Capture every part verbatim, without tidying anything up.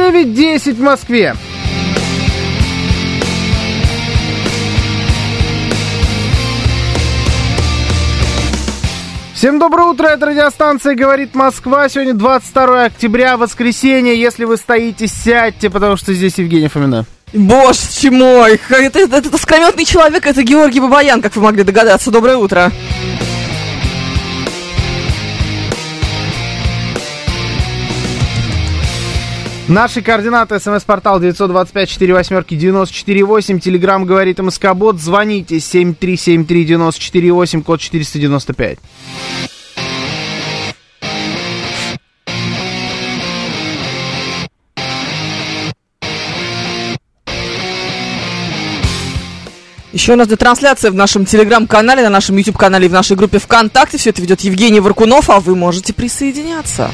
девять десять в Москве. Всем доброе утро, это радиостанция «Говорит Москва». Сегодня двадцать второе октября, воскресенье. Если вы стоите, сядьте, потому что здесь Евгения Фомина. Боже ты мой, это, это, это искрометный человек, это Георгий Бабаян, как вы могли догадаться. Доброе утро. Наши координаты: смс-портал девять два пять четыре восемь девяносто четыре восемь, телеграмм «Говорит МСК-бот», звоните семь три семь три девяносто четыре восемь, код четыреста девяносто пять. Еще у нас идет трансляция в нашем телеграм-канале, на нашем YouTube-канале и в нашей группе ВКонтакте. Все это ведет Евгений Варкунов, а вы можете присоединяться.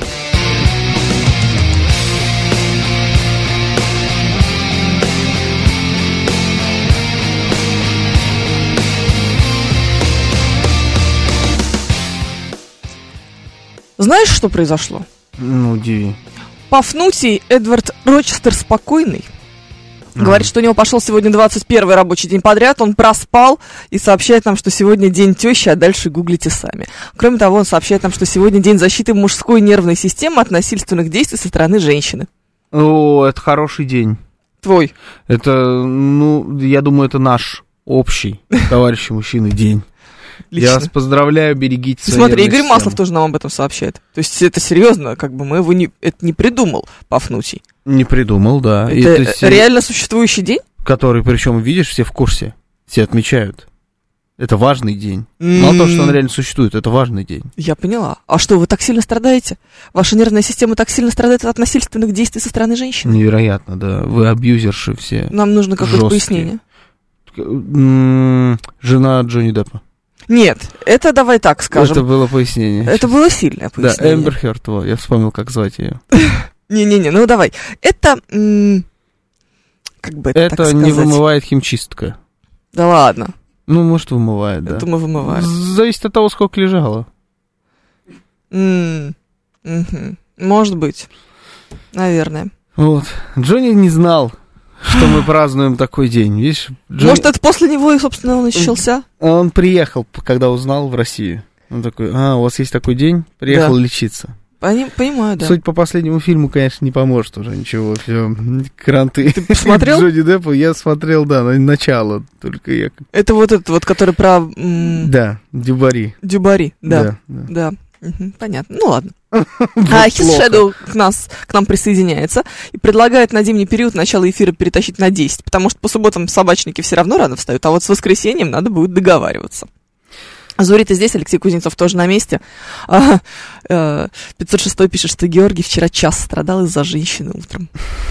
Знаешь, что произошло? Ну, удиви. Пафнутий Эдвард Рочестер Спокойный говорит, что у него пошел сегодня двадцать первый рабочий день подряд, он проспал и сообщает нам, что сегодня день тещи, а дальше гуглите сами. Кроме того, он сообщает нам, что сегодня день защиты мужской нервной системы от насильственных действий со стороны женщины. О, это хороший день. Твой. Это, ну, я думаю, это наш общий, товарищи мужчины, день. Лично. Я вас поздравляю, берегите свою Смотри, нервную Игорь систему. Маслов тоже нам об этом сообщает. То есть это серьезно, как бы мы его не, это не придумал Пафнутий. Не придумал, да. Это, И, то есть, реально существующий день? который, причем, видишь, все в курсе, все отмечают. Это важный день. Mm. Мало того, что он реально существует, это важный день. Я поняла. А что, вы так сильно страдаете? Ваша нервная система так сильно страдает от насильственных действий со стороны женщин? Невероятно, да. Вы абьюзерши все. Нам нужно какое-то жесткие. пояснение. Жена Джонни Деппа. Нет, это давай так скажем. Это было пояснение. Это было сильное пояснение. Да, Эмбер Хёрд, вот, я вспомнил, как звать ее. Не-не-не, ну давай. Это, м- как бы это, Это так не сказать? вымывает химчистка. Да ладно. Ну, может, вымывает, да. Это мы вымываем. Зависит от того, сколько лежало. М- мгм. Может быть. Наверное. Вот. Джонни не знал, что мы празднуем такой день. Видишь, Джонни... Может, это после него и, собственно, он начался? Он приехал, когда узнал, в Россию. Он такой: а, у вас есть такой день? Приехал Да. лечиться. Пони- Понимаю, да. Суть по последнему фильму, конечно, не поможет уже ничего. Все, кранты. Ты посмотрел? Джонни Деппа я смотрел, да, на начало. Только я... Это вот этот вот, который про м- Да, Дюбари. Дюбари. Да, Да, да. да. Мгм, понятно. Ну ладно. Вот А His плохо. Shadow к, нас, к нам присоединяется и предлагает на зимний период начало эфира перетащить на десять, потому что по субботам собачники все равно рано встают, а вот с воскресеньем надо будет договариваться. Зурит здесь, Алексей Кузнецов тоже на месте. А, э, пятьсот шестой пишет, что Георгий вчера час страдал из-за женщины утром.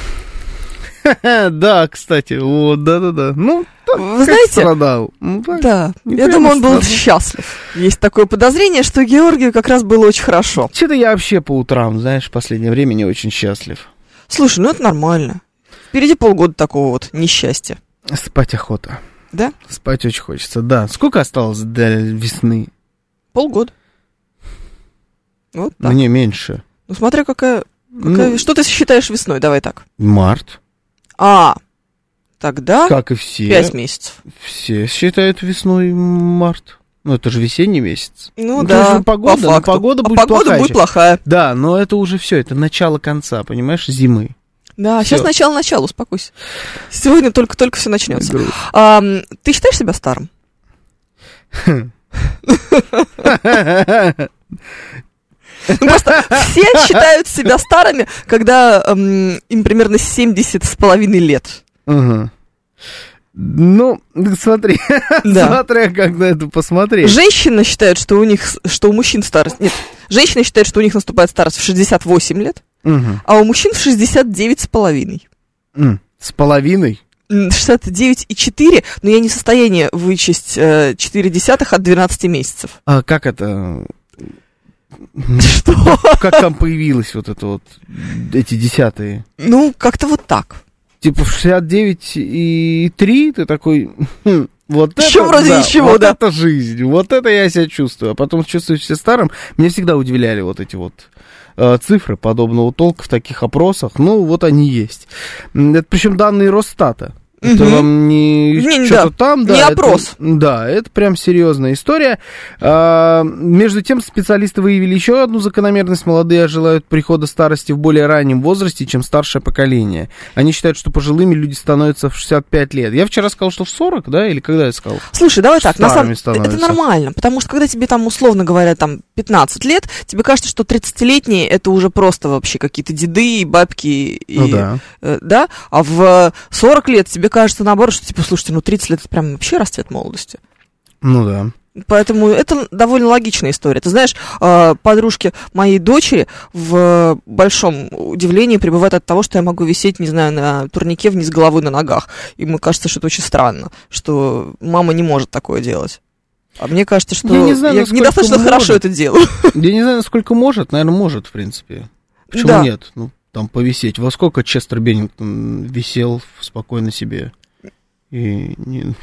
Да, кстати, вот, да-да-да. Ну, так, Вы как знаете, страдал. Ну, так, да, не я прямо думаю, он был страдал. счастлив. Есть такое подозрение, что Георгию как раз было очень хорошо. Что-то я вообще по утрам, знаешь, в последнее время не очень счастлив. Слушай, ну это нормально. Впереди полгода такого вот несчастья. Спать охота. Да? Спать очень хочется, да. Сколько осталось до весны? Полгода. Вот так. Мне меньше. Ну, смотря какая... какая- Ну, Что ты считаешь весной? Давай так. март, А, тогда как и все. пять месяцев. Все считают весной март. Ну, это же весенний месяц. Ну, Ну, да, тоже погода, по но факту. погода А будет погода плохая будет сейчас. плохая. Да, но это уже все, это начало конца, понимаешь, зимы. Да, Всё. сейчас начало-начало, успокойся. Сегодня только-только все начнется. Грустно. А, м, ты считаешь себя старым? Ну, просто все считают себя старыми, когда эм, им примерно семьдесят с половиной лет. Ага. Ну, смотри, Да. смотря как на это посмотреть. Женщины считают, что у них, что у мужчин старость... Нет, женщины считают, что у них наступает старость в шестьдесят восемь лет, Мгм. а у мужчин в шестьдесят девять с половиной. М, С половиной? шестьдесят девять и четыре, но я не в состоянии вычесть э, четыре десятых от двенадцати месяцев. А как это? Что? Как там появилось вот это вот, эти десятые? Ну, как-то вот так. Типа в шестьдесят девять и три ты такой, хм, Вот Еще это, вроде да, ничего, вот да. это жизнь, вот это я себя чувствую. А потом чувствую себя старым. Меня всегда удивляли вот эти вот э, цифры подобного толка в таких опросах. Ну, вот они есть. Это причем данные Росстата. Это угу. вам не, не что-то да, там, да. Не это, опрос. Да, это прям серьезная история. А, между тем, специалисты выявили еще одну закономерность. Молодые желают прихода старости в более раннем возрасте, чем старшее поколение. Они считают, что пожилыми люди становятся в шестьдесят пять лет. Я вчера сказал, что в сорок, да? Или когда я сказал? Слушай, давай так, на самом деле это нормально, потому что когда тебе там, условно говоря, там пятнадцать лет, тебе кажется, что тридцатилетние это уже просто вообще какие-то деды и бабки. И, ну да. Э, да? А в сорок лет тебе кажется, наоборот, что, типа, слушайте, ну, тридцать лет, это прям вообще расцвет молодости. Ну, да. Поэтому это довольно логичная история. Ты знаешь, подружки моей дочери в большом удивлении пребывают от того, что я могу висеть, не знаю, на турнике вниз головы на ногах. Им кажется, что это очень странно, что мама не может такое делать. А мне кажется, что я, не знаю, я недостаточно может. Хорошо это делаю. Я не знаю, насколько может. Наверное, может, в принципе. Почему да. нет? Ну, там повисеть. Во сколько Честер Беннингтон висел спокойно себе? И не...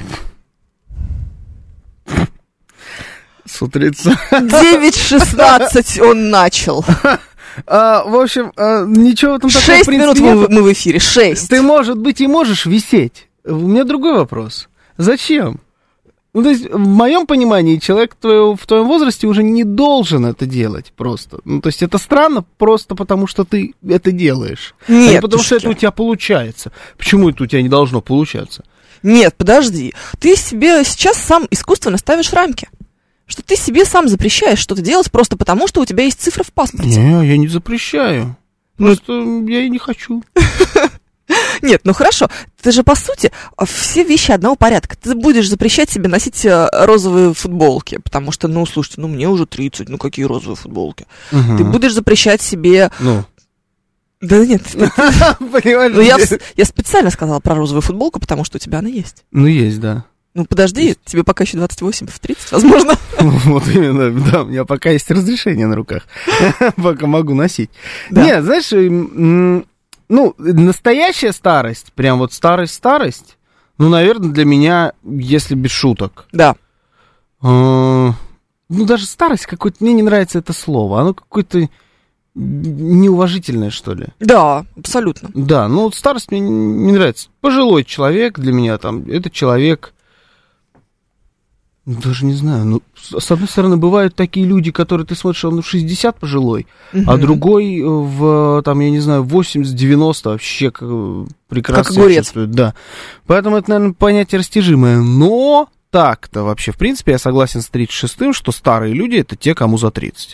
С утреца. девять шестнадцать он начал. А, в общем, а, ничего в этом такого, Шесть минут мы, мы в эфире, шесть. Ты, может быть, и можешь висеть. У меня другой вопрос. Зачем? Ну, то есть, в моем понимании, человек твоего, в твоем возрасте уже не должен это делать просто. Ну, то есть, это странно просто потому, что ты это делаешь. Нет, а не потому, что это у тебя получается. Почему это у тебя не должно получаться? Нет, подожди. Ты себе сейчас сам искусственно ставишь рамки. Что ты себе сам запрещаешь что-то делать просто потому, что у тебя есть цифра в паспорте. Не, я не запрещаю. Просто ну... я и не хочу. Нет, ну хорошо, ты же, по сути, все вещи одного порядка. Ты будешь запрещать себе носить розовые футболки, потому что, ну, слушайте, ну, мне уже тридцать, ну, какие розовые футболки? Угу. Ты будешь запрещать себе... Ну... Да нет, ну, я, я специально сказала про розовую футболку, потому что у тебя она есть. Ну, есть, да. Ну, подожди, есть. Тебе пока еще двадцать восемь, в тридцать, возможно. Вот именно, да, у меня пока есть разрешение на руках, пока могу носить. Нет, знаешь... Ну, настоящая старость, прям вот старость-старость, ну, наверное, для меня, если без шуток. Да. Э, ну, даже старость какое-то, мне не нравится это слово, оно какое-то неуважительное, что ли. Да, абсолютно. Да, ну, вот старость мне не нравится. Пожилой человек для меня там, это человек... Даже не знаю, ну, с одной стороны, бывают такие люди, которые, ты смотришь, он в шестьдесят пожилой, uh-huh. а другой в, там, я не знаю, восемьдесят-девяносто вообще прекрасно как огурец. Чувствует. Да. Поэтому это, наверное, понятие растяжимое. Но так-то вообще, в принципе, я согласен с тридцать шестым, что старые люди — это те, кому за тридцать.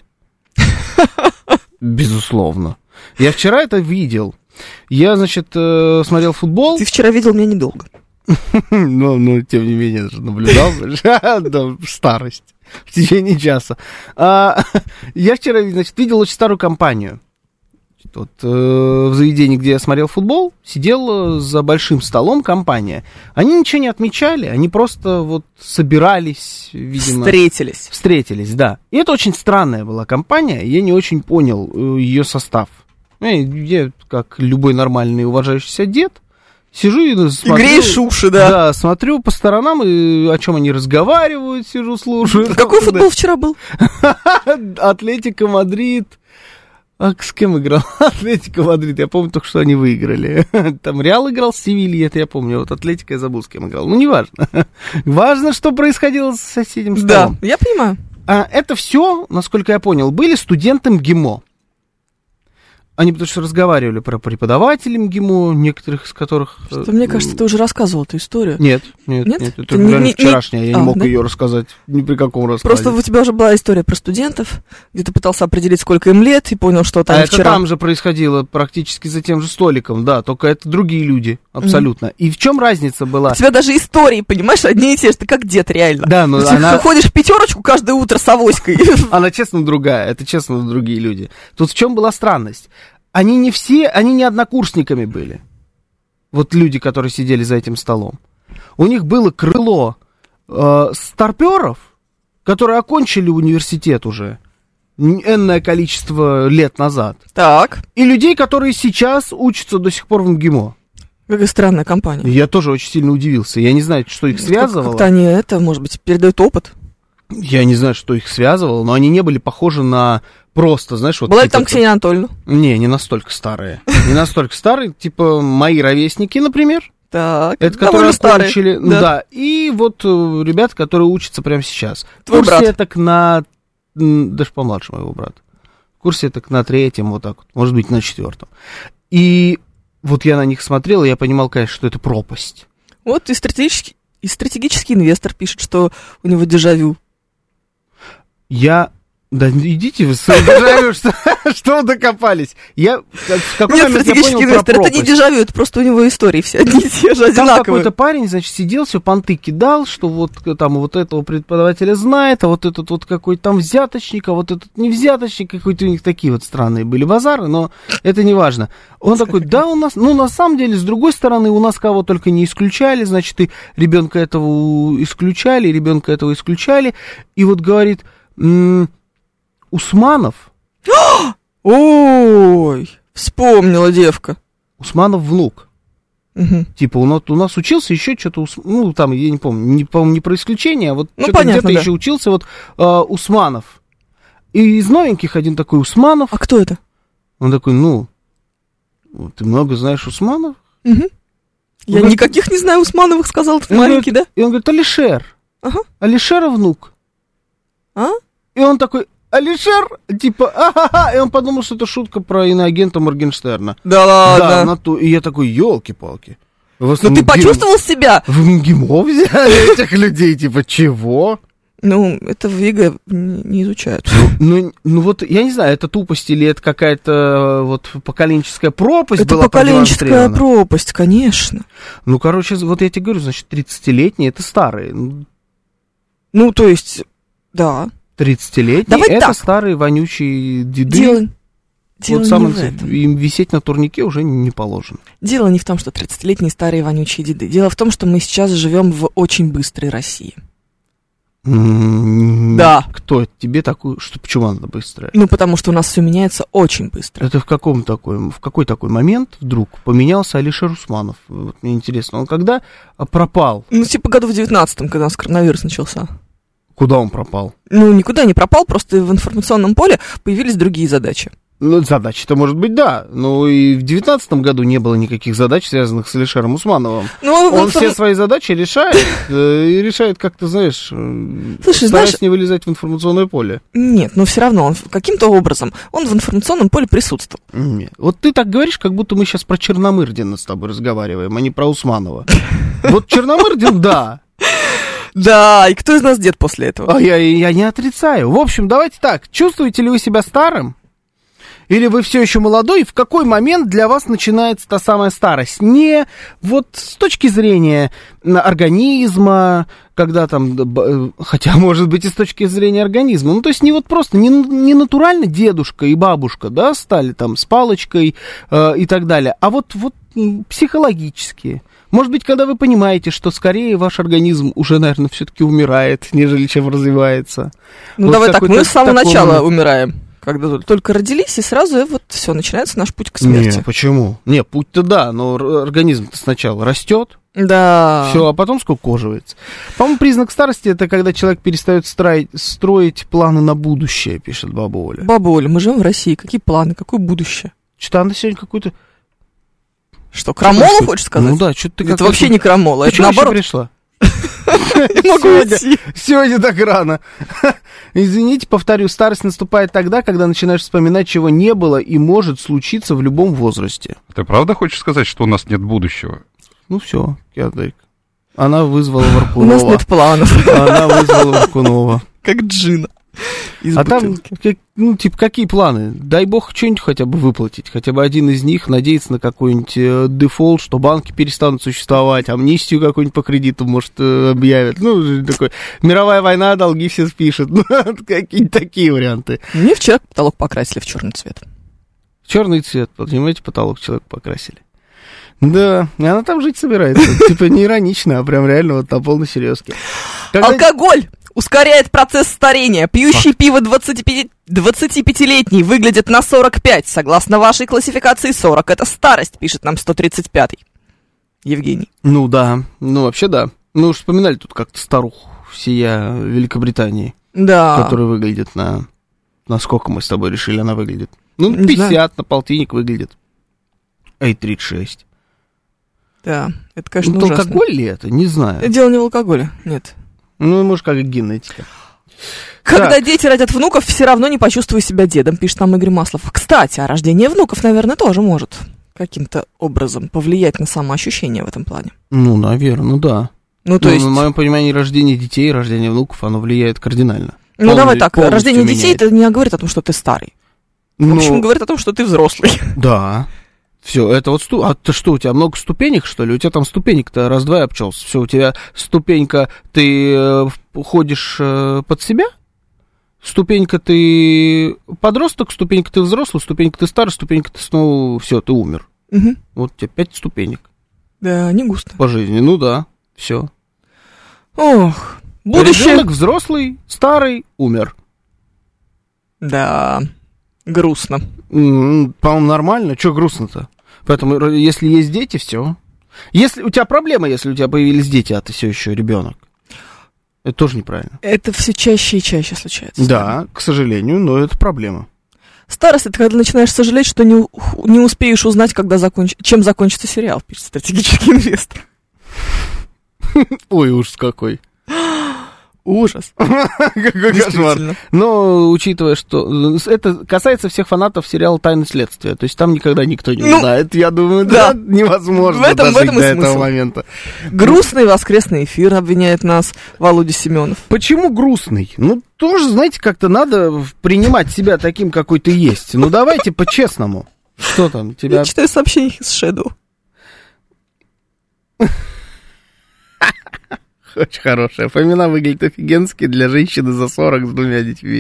Безусловно. Я вчера это видел. Я, значит, смотрел футбол. Ты вчера видел меня недолго. Ну, ну, тем не менее, наблюдал, да, старость в течение часа. А, я вчера, значит, видел очень старую компанию. Вот, э, в заведении, где я смотрел футбол, сидела за большим столом компания. Они ничего не отмечали, они просто вот собирались, видимо... Встретились. Встретились, да. И это очень странная была компания, я не очень понял э, ее состав. Я, как любой нормальный уважающийся дед, сижу и смотрю... Греешь уши, да. Да, смотрю по сторонам, и о чем они разговаривают, сижу, слушаю. Какой футбол вчера был? Атлетико Мадрид. А с кем играл? Атлетико Мадрид. Я помню только, что они выиграли. Там Реал играл с Севильей, это я помню. Вот Атлетико я забыл, с кем играл. Ну, неважно. Важно, что происходило с соседним столом. Да, я понимаю. А, это все, насколько я понял, были студенты МГИМО. Они потому что разговаривали про преподавателей МГИМО, некоторых из которых... Что, мне кажется, ты уже рассказывал эту историю. Нет, нет, нет, нет это, это реально не, вчерашняя, не... я а, не мог да? ее рассказать ни при каком раскладе. Просто у тебя уже была история про студентов, где ты пытался определить, сколько им лет, и понял, что там а вчера... это там же происходило практически за тем же столиком, да, только это другие люди, абсолютно. Mm. И в чем разница была? У тебя даже истории, понимаешь, одни и те же, ты как дед реально. Да, но она... Ты ходишь в пятерочку каждое утро с авоськой. Она честно другая, это честно другие люди. Тут в чем была странность? Они не все, они не однокурсниками были. Вот люди, которые сидели за этим столом. У них было крыло э, старпёров, которые окончили университет уже энное количество лет назад. Так. И людей, которые сейчас учатся до сих пор в МГИМО. Какая странная компания. Я тоже очень сильно удивился. Я не знаю, что их связывало. Как-то они это, может быть, передают опыт. Я не знаю, что их связывало, но они не были похожи на просто, знаешь, вот... Была ли типа, там Ксения Анатольевна? Не, не настолько старые. Не настолько старые, типа мои ровесники, например. Так, это которые окончили, да. да. И вот ребята, которые учатся прямо сейчас. Твой брат. Курсе так на... Даже помладше моего брата. В курсе так на третьем, вот так вот. Может быть, на четвертом. И вот я на них смотрел, и я понимал, конечно, что это пропасть. Вот и стратегический, и стратегический инвестор пишет, что у него дежавю. Я... Да идите вы с дежавю, что, что вы докопались. Я в какой Нет, момент я понял инвестор, про пропасть. Это не дежавю, это просто у него истории все одни и те же, одинаковые. Там какой-то парень, значит, сидел, все понты кидал, что вот там вот этого преподавателя знает, а вот этот вот какой-то там взяточник, а вот этот не взяточник, какой-то у них такие вот странные были базары, но это не важно. Он такой, да, у нас, ну, на самом деле, с другой стороны, у нас кого только не исключали, значит, и ребенка этого исключали, и ребенка этого исключали, и вот говорит... М- Усманов. Ой, вспомнила девка. Усманов внук. Угу. Типа у нас, у нас учился еще что-то, ну там, я не помню, не, по-моему, не про исключение, а вот ну, что-то понятно, где-то да. еще учился вот э, Усманов. И из новеньких один такой Усманов. А кто это? Он такой, ну, ты много знаешь Усманов? Угу. Я говорит, никаких не знаю Усмановых, сказал этот маленький, говорит, да? И он говорит, Алишер. Ага. Алишера внук. А? И он такой, Алишер, типа, а-ха-ха, и он подумал, что это шутка про иноагента Моргенштерна. Да ладно. Да, на ту, и я такой, елки-палки. Ну ты почувствовал себя? В МГИМО взяли этих людей, типа, чего? Ну, это в ЕГЭ не изучают. Ну, ну вот, я не знаю, это тупость или это какая-то вот поколенческая пропасть это была поколенческая пропасть, конечно. Ну, короче, вот я тебе говорю, значит, тридцатилетние, это старые. Ну, то есть, да. тридцатилетние, Давай это так. старые вонючие деды. Дело, вот дело самое, не в этом. Им висеть на турнике уже не положено. Дело не в том, что тридцатилетние старые вонючие деды. Дело в том, что мы сейчас живем в очень быстрой России. Mm-hmm. Да. Кто тебе такую, что почему она быстрая? Ну, потому что у нас все меняется очень быстро. Это в каком такой, в какой такой момент вдруг поменялся Алишер Усманов? Вот мне интересно, он когда пропал? Ну, типа году в девятнадцатом, когда у нас коронавирус начался. Куда он пропал? Ну, никуда не пропал, просто в информационном поле появились другие задачи. Ну, задачи-то, может быть, да. Но и в девятнадцатом году не было никаких задач, связанных с Алишером Усмановым. Ну, он информ... все свои задачи решает, и решает как-то, знаешь, Слушай, стараясь знаешь... не вылезать в информационное поле. Нет, но все равно, он каким-то образом, он в информационном поле присутствовал. Нет. Вот ты так говоришь, как будто мы сейчас про Черномырдина с тобой разговариваем, а не про Усманова. Вот Черномырдин, да. Да, и кто из нас дед после этого? А я, я не отрицаю. В общем, давайте так. Чувствуете ли вы себя старым? Или вы все еще молодой? В какой момент для вас начинается та самая старость? Не вот с точки зрения организма, когда там, хотя, может быть, и с точки зрения организма. Ну, то есть не вот просто, не, не натурально дедушка и бабушка, да, стали там с палочкой э, и так далее, а вот, вот психологические. Может быть, когда вы понимаете, что скорее ваш организм уже, наверное, все-таки умирает, нежели чем развивается. Ну, вот давай так, мы с самого начала момент. умираем. Когда только родились, и сразу и вот все, начинается наш путь к смерти. Не, почему? Не, путь-то да, но организм-то сначала растет. Да. Все, а потом скукоживается. По-моему, признак старости — это когда человек перестает строить, строить планы на будущее, пишет баба Оля. Баба Оля, мы живем в России, какие планы, какое будущее? Что-то она сегодня какую-то... Что, крамолу хочешь сказать? Ну да, что-то ты... Это вообще не крамола, это наоборот. пришла? Не могу уйти. Сегодня так рано. Извините, повторю, старость наступает тогда, когда начинаешь вспоминать, чего не было и может случиться в любом возрасте. Ты правда хочешь сказать, что у нас нет будущего? Ну все, Киадык. Она вызвала Варкунова. У нас нет планов. Она вызвала Варкунова. Как джина. А там, как, ну, типа, какие планы? Дай бог что-нибудь хотя бы выплатить. Хотя бы один из них надеется на какой-нибудь э, дефолт, что банки перестанут существовать, амнистию какую-нибудь по кредиту, может, э, объявят. Ну, такой, мировая война, долги все спишет. Ну, какие-нибудь такие варианты. Мне вчера потолок покрасили в черный цвет. Черный цвет, понимаете, потолок человек покрасили. Да, и она там жить собирается. Типа, не иронично, а прям реально вот на полной серьезке. Алкоголь ускоряет процесс старения. Пьющий пиво двадцатипятилетний выглядит на сорок пять. Согласно вашей классификации, сорок это старость, пишет нам сто тридцать пятый. Евгений. Ну да, ну вообще да. Мы уж вспоминали тут как-то старуху всея Великобритании, Да. которая выглядит на... На сколько мы с тобой решили, она выглядит? Ну, Не пятьдесят знаю. на полтинник выглядит. Эй тридцать шесть. Да, это, конечно, Ну, ужасно. алкоголь ли это? Не знаю. Дело не в алкоголе, нет. Ну, может, как и генетика. Когда Так. дети родят внуков, все равно не почувствую себя дедом, пишет нам Игорь Маслов. Кстати, а рождение внуков, наверное, тоже может каким-то образом повлиять на самоощущение в этом плане. Ну, наверное, да. Ну, то Ну, есть... в моем понимании, рождение детей, рождение внуков, оно влияет кардинально. Ну, давай Полностью- так, полностью рождение детей, меняет. это не говорит о том, что ты старый. В Ну, общем, говорит о том, что ты взрослый. да. Все, это вот... Сту... А ты что, у тебя много ступенек, что ли? У тебя там ступенек-то раз-два и обчелся. Все, у тебя ступенька, ты э, ходишь э, под себя? Ступенька ты подросток, ступенька ты взрослый, ступенька ты старый, ступенька ты снова... Все, ты умер. Мгм. Вот у тебя пять ступенек Да, не густо. по жизни. Ну да, все. Ох, будущее... Ребенок взрослый, старый, умер. Да, грустно. М, По-моему, нормально. Че грустно-то? Поэтому, р- если есть дети, все. Если у тебя проблема, если у тебя появились дети, а ты все еще ребенок. Это тоже неправильно. Это все чаще и чаще случается. Да, к сожалению, но это проблема. Старость — это когда начинаешь сожалеть, что не, у- не успеешь узнать, когда законч... чем закончится сериал, пишет стратегический инвестор. Ой, ужас какой. Ужас. Какой кошмар. Действительно. Но, учитывая, что это касается всех фанатов сериала «Тайны следствия», то есть там никогда никто не Ну, узнает, я думаю, да, да. невозможно В этом- в дожить этом и до этого смысл. момента. Грустный воскресный эфир, обвиняет нас Володя Семенов. Почему грустный? Ну, тоже, знаете, как-то надо принимать себя таким, какой ты есть. Ну, давайте по-честному. Что там, тебя... Я читаю сообщение из Shadow. Очень хорошая. Фомина выглядит офигенски для женщины за сорок с двумя детьми.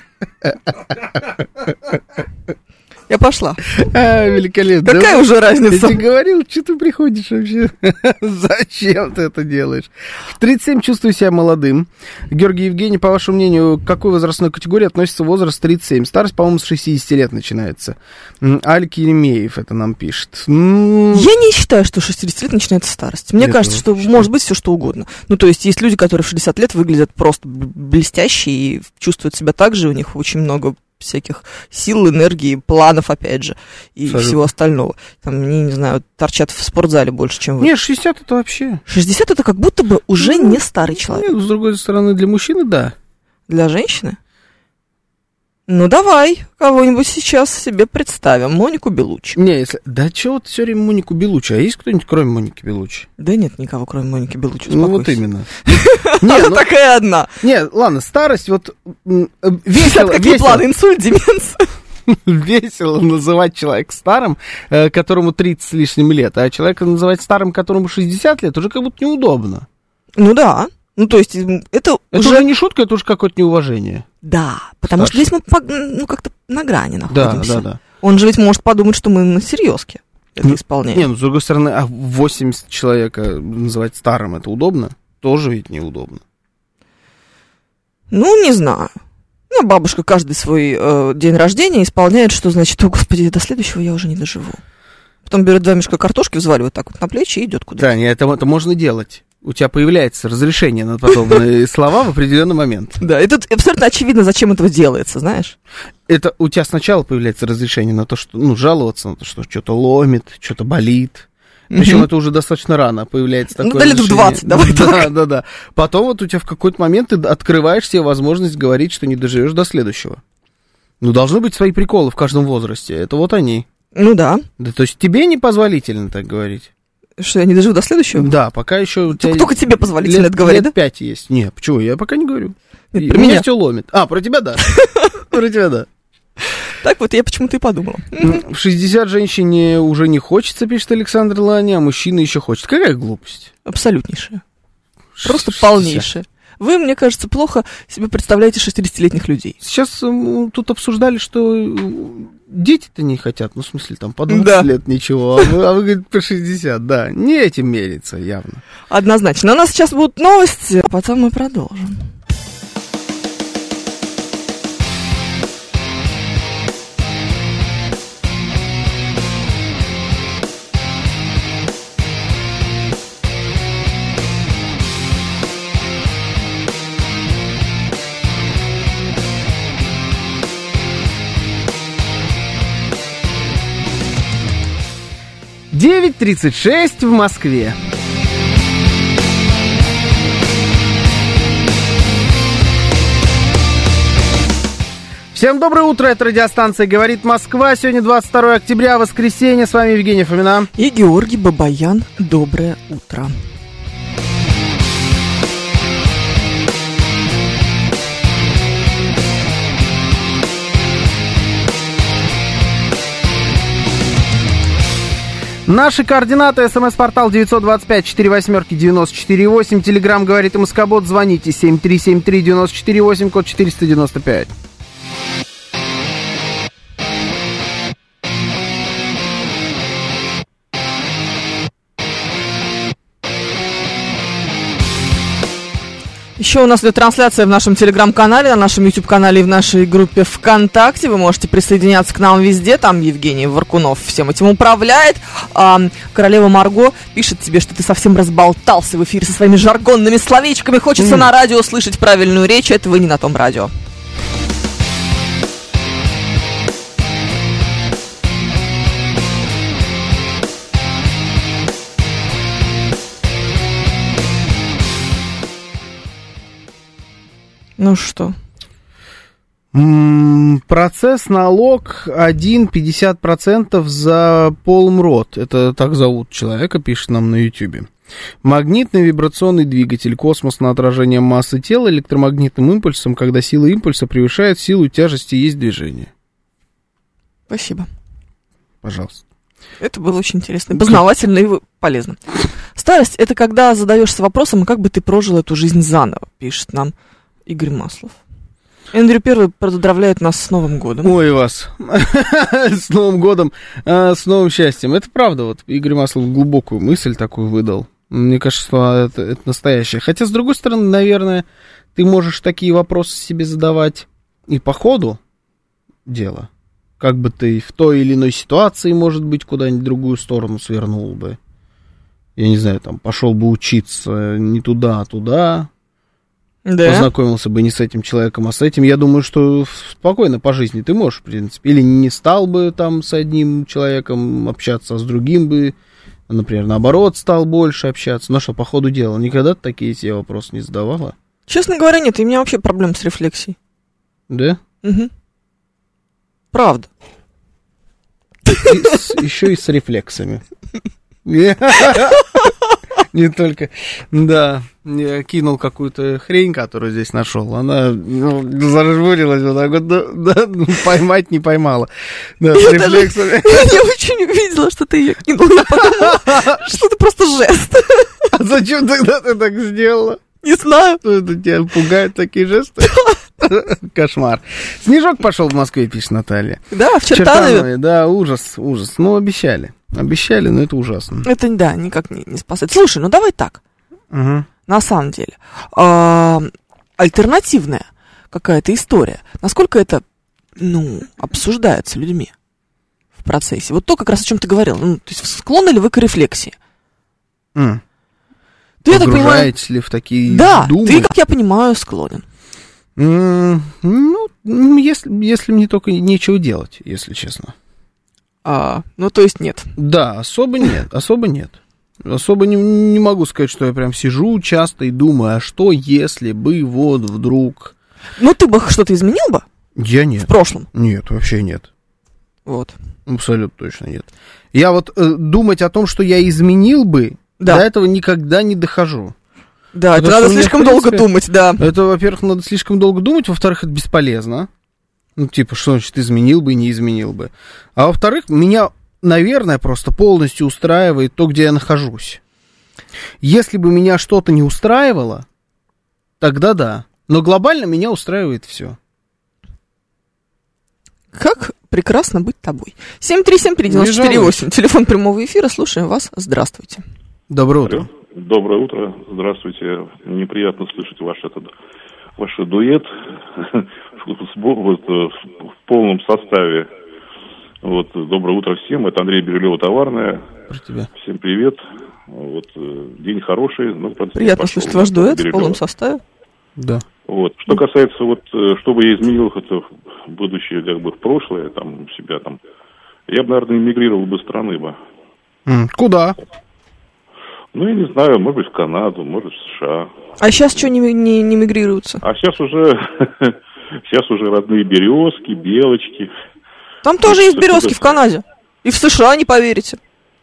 Я пошла. А, великолепно. Какая Да, уже я разница? тебе говорил, что ты приходишь вообще? Зачем ты это делаешь? В тридцать семь чувствую себя молодым. Георгий Евгений, по вашему мнению, к какой возрастной категории относится возраст тридцать семь? Старость, по-моему, с шестидесяти лет начинается. М, Алик Еремеев это нам пишет. М, Я не считаю, что шестьдесят лет начинается старость. Мне Я кажется, тоже что считаю. может быть все что угодно. Ну, то есть есть люди, которые в шестьдесят лет выглядят просто б- блестяще и чувствуют себя так же, у них очень много всяких сил, энергии, планов, опять же, и Абсолютно. всего остального. Там, они, не знаю, торчат в спортзале больше, чем вы. Не, шестьдесят это вообще. шестьдесят это как будто бы уже Ну, не старый человек. Нет, с другой стороны, для мужчины, да. Для женщины? Ну, давай кого-нибудь сейчас себе представим. Монику Белуччи. Не, если... Да чего ты все время Монику Белуччи? А есть кто-нибудь, кроме Моники Белуччи? Да нет никого, кроме Моники Белуччи. Ну, вот успокойся. именно. Она Не, ну, такая одна. не, ладно, старость, вот м, э, Ребят, весело, какие весело, планы? Инсульт, деменция. весело называть человека старым, э, которому тридцать с лишним лет, а человека называть старым, которому шестьдесят лет, уже как будто неудобно. Ну да. Ну, то есть, м, это, Это уже... уже не шутка, это уже какое-то неуважение. Да, потому Старше. что здесь мы, по- ну, как-то на грани Да, находимся. да, да. Он же ведь может подумать, что мы на серьезке это Ну, исполняем. Не, ну, с другой стороны, а восемьдесят человека называть старым, это удобно? Тоже ведь неудобно. Ну, не знаю. Ну, бабушка каждый свой э, день рождения исполняет, что значит, о, господи, до следующего я уже не доживу. Потом берет два мешка картошки, взваливает так вот на плечи и идет куда-то. Да, не, это, это можно делать. У тебя появляется разрешение на подобные слова в определенный момент. Да, и тут абсолютно очевидно, зачем этого делается, знаешь. Это у тебя сначала появляется разрешение на то, что, ну, жаловаться на то, что что-то ломит, что-то болит. Причем Мгм. это уже достаточно рано появляется Ну, такое да, лет в разрешение. двадцать, давай Да, так. да, да. Потом вот у тебя в какой-то момент ты открываешь себе возможность говорить, что не доживешь до следующего. Ну, должны быть свои приколы в каждом возрасте. Это вот они. Ну да. Да, то есть тебе непозволительно так говорить. Что, я не доживу до следующего? Да, пока еще у тебя... Только тебе позволительно лет, это говорить, лет пять есть. Не, почему? Я пока не говорю. Нет, И про меня меня. все ломит. А, про тебя да. Про тебя да. Так вот я почему-то и подумала. В шестьдесят женщине уже не хочется, пишет Александр Лани, а мужчина еще хочет. Какая глупость? Абсолютнейшее. Просто шестьдесят. полнейшее. Вы, мне кажется, плохо себе представляете шестидесятилетних людей. Сейчас м, тут обсуждали, что э, дети-то не хотят, ну, в смысле, там, по двадцать Да. лет ничего, а вы, а вы, говорите, по шестьдесят, да. Не этим мерится явно. Однозначно. У нас сейчас будут новости, а потом мы продолжим. девять тридцать шесть в Москве. Всем доброе утро, это радиостанция «Говорит Москва». Сегодня двадцать второе октября, воскресенье. С вами Евгений Фомина. И Георгий Бабаян. Доброе утро. Наши координаты: смс-портал девять два пять четыре восемь девяносто четыре восемь. Телеграм «Говорит Москобот». Звоните семь три семь три девяносто четыре восемь, код четыреста девяносто пять. Еще у нас идет трансляция в нашем телеграм-канале, на нашем YouTube-канале и в нашей группе ВКонтакте. Вы можете присоединяться к нам везде. Там Евгений Варкунов всем этим управляет. А, королева Марго пишет тебе, что ты совсем разболтался в эфире со своими жаргонными словечками. Хочется mm. на радио слышать правильную речь. Это вы не на том радио. Ну что? М-м, процесс налог один пятьдесят процентов за полмрот. Это так зовут человека, пишет нам на Ютьюбе. Магнитный вибрационный двигатель, космос на отражение массы тела электромагнитным импульсом, когда сила импульса превышает силу тяжести, есть движение. Спасибо. Пожалуйста. Это было очень интересно, познавательно и полезно. Старость — это когда задаешься вопросом, как бы ты прожил эту жизнь заново, пишет нам Игорь Маслов. Эндрю Первый поздравляет нас с Новым годом. Ой, вас. С Новым годом, с новым счастьем. Это правда, вот Игорь Маслов глубокую мысль такую выдал. Мне кажется, что это, это настоящее. Хотя, с другой стороны, наверное, ты можешь такие вопросы себе задавать и по ходу дела. Как бы ты в той или иной ситуации, может быть, куда-нибудь в другую сторону свернул бы. Я не знаю, там, пошел бы учиться не туда, а туда. Да. Познакомился бы не с этим человеком, а с этим. Я думаю, что спокойно по жизни ты можешь, в принципе. Или не стал бы там с одним человеком общаться, а с другим бы, например, наоборот, стал больше общаться. Ну что, по ходу дела, никогда ты такие себе вопросы не задавала? Честно говоря, нет. И у меня вообще проблем с рефлексией. Да? Угу. Правда. Еще и с рефлексами. Не только, да, я кинул какую-то хрень, которую здесь нашел, она ну, зажмурилась вот так вот, да, да, поймать не поймала. Да, с рефлексами. Я очень увидела, что ты ее кинул, я подумала, что это просто жест. А зачем тогда ты так сделала? Не знаю. Что это тебя пугают такие жесты? Кошмар. Снежок пошел в Москве, пишет Наталья. Да, в Чертанове. Да, ужас, ужас. Ну, обещали. Обещали, но это ужасно. Это, да, никак не, не спасает. Слушай, ну давай так. Угу. На самом деле. А, альтернативная какая-то история. Насколько это, ну, обсуждается людьми в процессе? Вот то, как раз о чем ты говорил. Ну, то есть склонны ли вы к рефлексии? Mm. Ты, я так понимаю, ли в такие да, думы? Ты, как я понимаю, склонен. Mm, ну, если, если мне только нечего делать, если честно. А, ну, то есть нет. Да, особо нет, особо нет. Особо не, не могу сказать, что я прям сижу часто и думаю, а что если бы вот вдруг... Ну, ты бы что-то изменил бы? Я нет. В прошлом? Нет, вообще нет. Вот. Абсолютно точно нет. Я вот э, думать о том, что я изменил бы, да. До этого никогда не дохожу. Да, это надо слишком меня, принципе, долго думать, да. Это, во-первых, надо слишком долго думать, во-вторых, это бесполезно. Ну, типа, что значит изменил бы, не изменил бы. А во-вторых, меня, наверное, просто полностью устраивает то, где я нахожусь. Если бы меня что-то не устраивало, тогда да. Но глобально меня устраивает все. Как прекрасно быть тобой. семь три семь три девяносто четыре восемь. Телефон прямого эфира. Слушаем вас. Здравствуйте. Доброе утро. Доброе утро. Здравствуйте. Неприятно слышать ваш этот ваш дуэт в полном составе. Вот, доброе утро всем. Это Андрей Бирюлева, Товарная. Всем привет. Вот, день хороший. Ну, приятно слышать ваш дуэт в полном составе. Да. Вот. Что касается, вот, чтобы я изменил это в будущее, как бы в прошлое, там, себя там, я бы, наверное, эмигрировал бы страны бы. Mm. Куда? Ну, я не знаю, может быть, в Канаду, может, в США. А сейчас что не, не, не мигрируются? А сейчас уже, сейчас уже родные березки, белочки. Там тоже есть березки в Канаде. И в США, не поверите.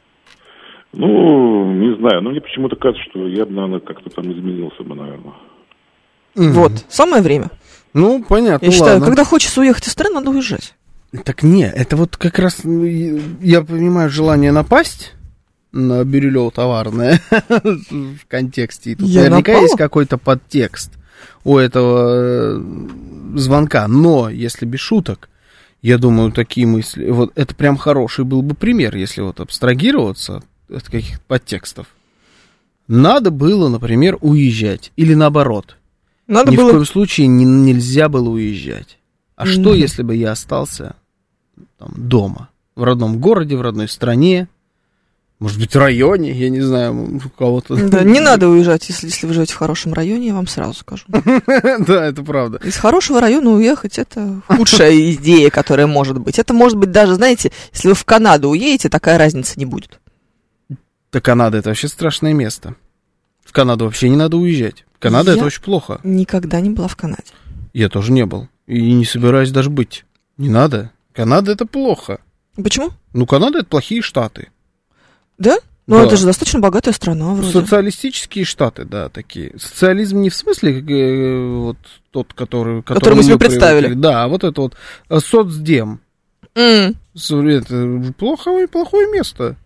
Ну, не знаю, но мне почему-то кажется, что я бы, наверное, как-то там изменился бы, наверное. Mm. Вот, самое время. Ну, понятно, Я считаю, ладно. когда хочется уехать из страны, надо уезжать. Так не, это вот как раз, я понимаю, желание напасть на Бирюлево товарное в контексте. И тут Я наверняка напала? есть какой-то подтекст у этого звонка. Но, если без шуток, я думаю, такие мысли... Вот это прям хороший был бы пример, если вот абстрагироваться от каких-то подтекстов. Надо было, например, уезжать. Или наоборот. Надо Ни было... в коем случае не, нельзя было уезжать. А mm-hmm. что, если бы я остался там, дома? В родном городе, в родной стране? Может быть, в районе, я не знаю, у кого-то... Да, не надо уезжать, если, если вы живете в хорошем районе, я вам сразу скажу. Да, это правда. Из хорошего района уехать — это худшая идея, которая может быть. Это может быть даже, знаете, если вы в Канаду уедете, такая разница не будет. Да, Канада — это вообще страшное место. В Канаду вообще не надо уезжать. Канада — это очень плохо. Никогда не была в Канаде. Я тоже не был. И не собираюсь даже быть. Не надо. Канада — это плохо. Почему? Ну, Канада — это плохие штаты. Да? Ну, да. Это же достаточно богатая страна вроде. Социалистические штаты, да, такие. Социализм не в смысле э, вот тот, который... Который, который мы себе представили. Привыкли. Да, вот это вот соцдем. Mm. Это плохое, плохое место.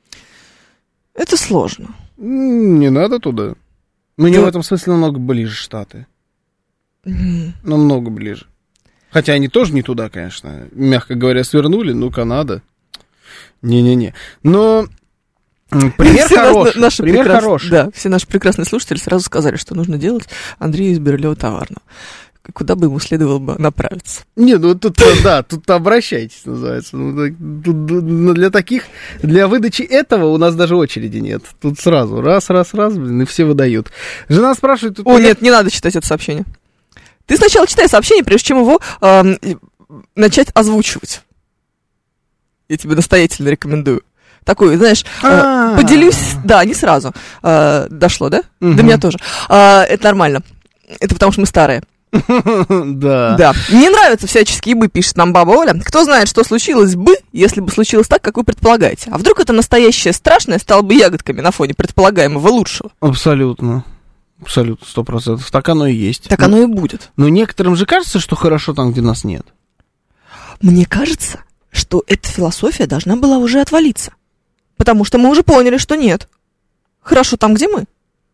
Это сложно. Не надо туда. Мне да. в этом смысле намного ближе Штаты. Mm. Намного ближе. Хотя они тоже не туда, конечно. Мягко говоря, свернули, ну, Канада. Не-не-не. Но пример все хороший. Наши пример прекрас... хороший. Да, все наши прекрасные слушатели сразу сказали, что нужно делать Андрею из Бирюлево товарного. Куда бы ему следовало бы направиться. Не, ну тут, да, тут обращайтесь, называется. Ну, тут для таких, для выдачи этого у нас даже очереди нет. Тут сразу раз, раз, раз, блин, и все выдают. Жена спрашивает... Тут О, меня... нет, не надо читать это сообщение. Ты сначала читай сообщение, прежде чем его э, начать озвучивать. Я тебе настоятельно рекомендую. Такой, знаешь, э, поделюсь... Да, не сразу. Э, дошло, да? Угу. До меня тоже. Э, это нормально. Это потому что мы старые. Да. Да. Мне нравятся всяческие бы, пишет нам баба Оля. Кто знает, что случилось бы, если бы случилось так, как вы предполагаете. А вдруг это настоящее страшное стало бы ягодками на фоне предполагаемого лучшего? Абсолютно. Абсолютно, сто процентов. Так оно и есть. Так но, оно и будет. Но некоторым же кажется, что хорошо там, где нас нет. Мне кажется, что эта философия должна была уже отвалиться. Потому что мы уже поняли, что нет. Хорошо там, где мы.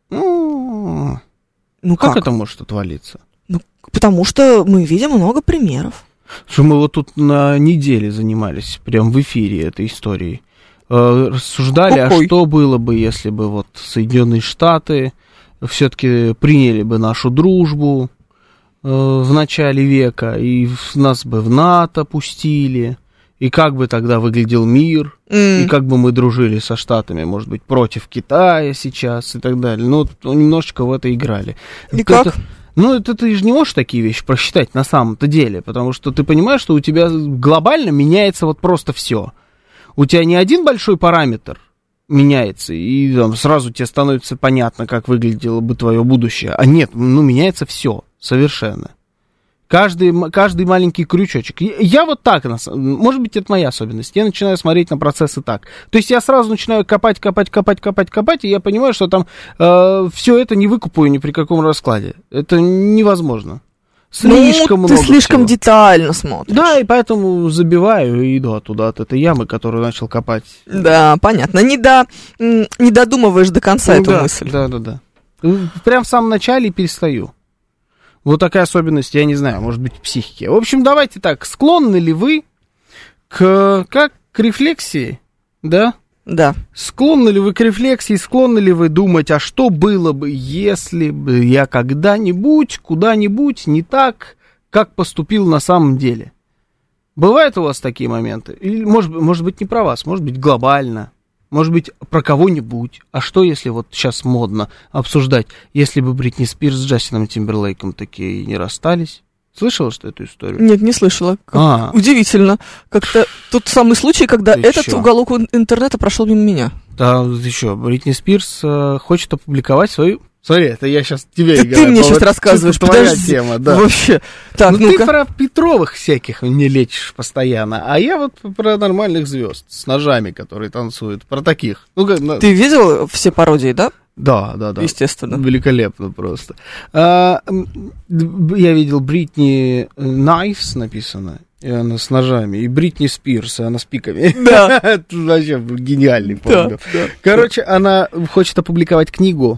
Ну, ну как? как это может отвалиться? Ну, потому что мы видим много примеров. Что мы вот тут на неделе занимались, прям в эфире этой историей. Э, рассуждали, Какой? а что было бы, если бы вот Соединенные Штаты все-таки приняли бы нашу дружбу э, в начале века, и нас бы в НАТО пустили, и как бы тогда выглядел мир, mm. и как бы мы дружили со Штатами, может быть, против Китая сейчас и так далее. Ну, немножечко в это играли. И это, как? Ну, это ты же не можешь такие вещи просчитать на самом-то деле, потому что ты понимаешь, что у тебя глобально меняется вот просто все. У тебя не один большой параметр меняется, и там сразу тебе становится понятно, как выглядело бы твое будущее. А нет, ну, меняется все совершенно. Каждый, каждый маленький крючочек. Я, я вот так, может быть, это моя особенность. Я начинаю смотреть на процессы так. То есть я сразу начинаю копать, копать, копать, копать, копать, и я понимаю, что там э, все это не выкупаю ни при каком раскладе. Это невозможно. Слишком ну, много. Ты слишком всего. детально смотришь. Да, и поэтому забиваю и иду оттуда, от этой ямы, которую начал копать. Да, понятно. Не, до, не додумываешь до конца ну, эту да, мысль. Да, да, да. Прям в самом начале перестаю. Вот такая особенность, я не знаю, может быть, в психике. В общем, давайте так, склонны ли вы к, как, к рефлексии, да? Да. Склонны ли вы к рефлексии, склонны ли вы думать, а что было бы, если бы я когда-нибудь, куда-нибудь не так, как поступил на самом деле? Бывают у вас такие моменты? Или, может, может быть, не про вас, может быть, глобально. Может быть, про кого-нибудь. А что, если вот сейчас модно обсуждать, если бы Бритни Спирс с Джастином Тимберлейком такие не расстались? Слышала, что эту историю? Нет, не слышала. Как... А. Удивительно. Как-то тот самый случай, когда Ты этот чё? уголок интернета прошел мимо меня. Да, еще, Бритни Спирс э, хочет опубликовать свою... Смотри, это я сейчас тебе Ты, говорю. ты мне это сейчас вот рассказываешь, чисто твоя подожди. тема, да. Вообще. Так, ну, ну-ка. ты про Петровых всяких не лечишь постоянно, а я вот про нормальных звезд с ножами, которые танцуют, про таких. Ну, ну, Ты видел все пародии, да? Да, да, да. Естественно. Великолепно просто. А, я видел Бритни Knives написано, и она с ножами, и Бритни Спирс, и она с пиками. Да. Это вообще гениальный Да, подвиг. да. Короче, она хочет опубликовать книгу,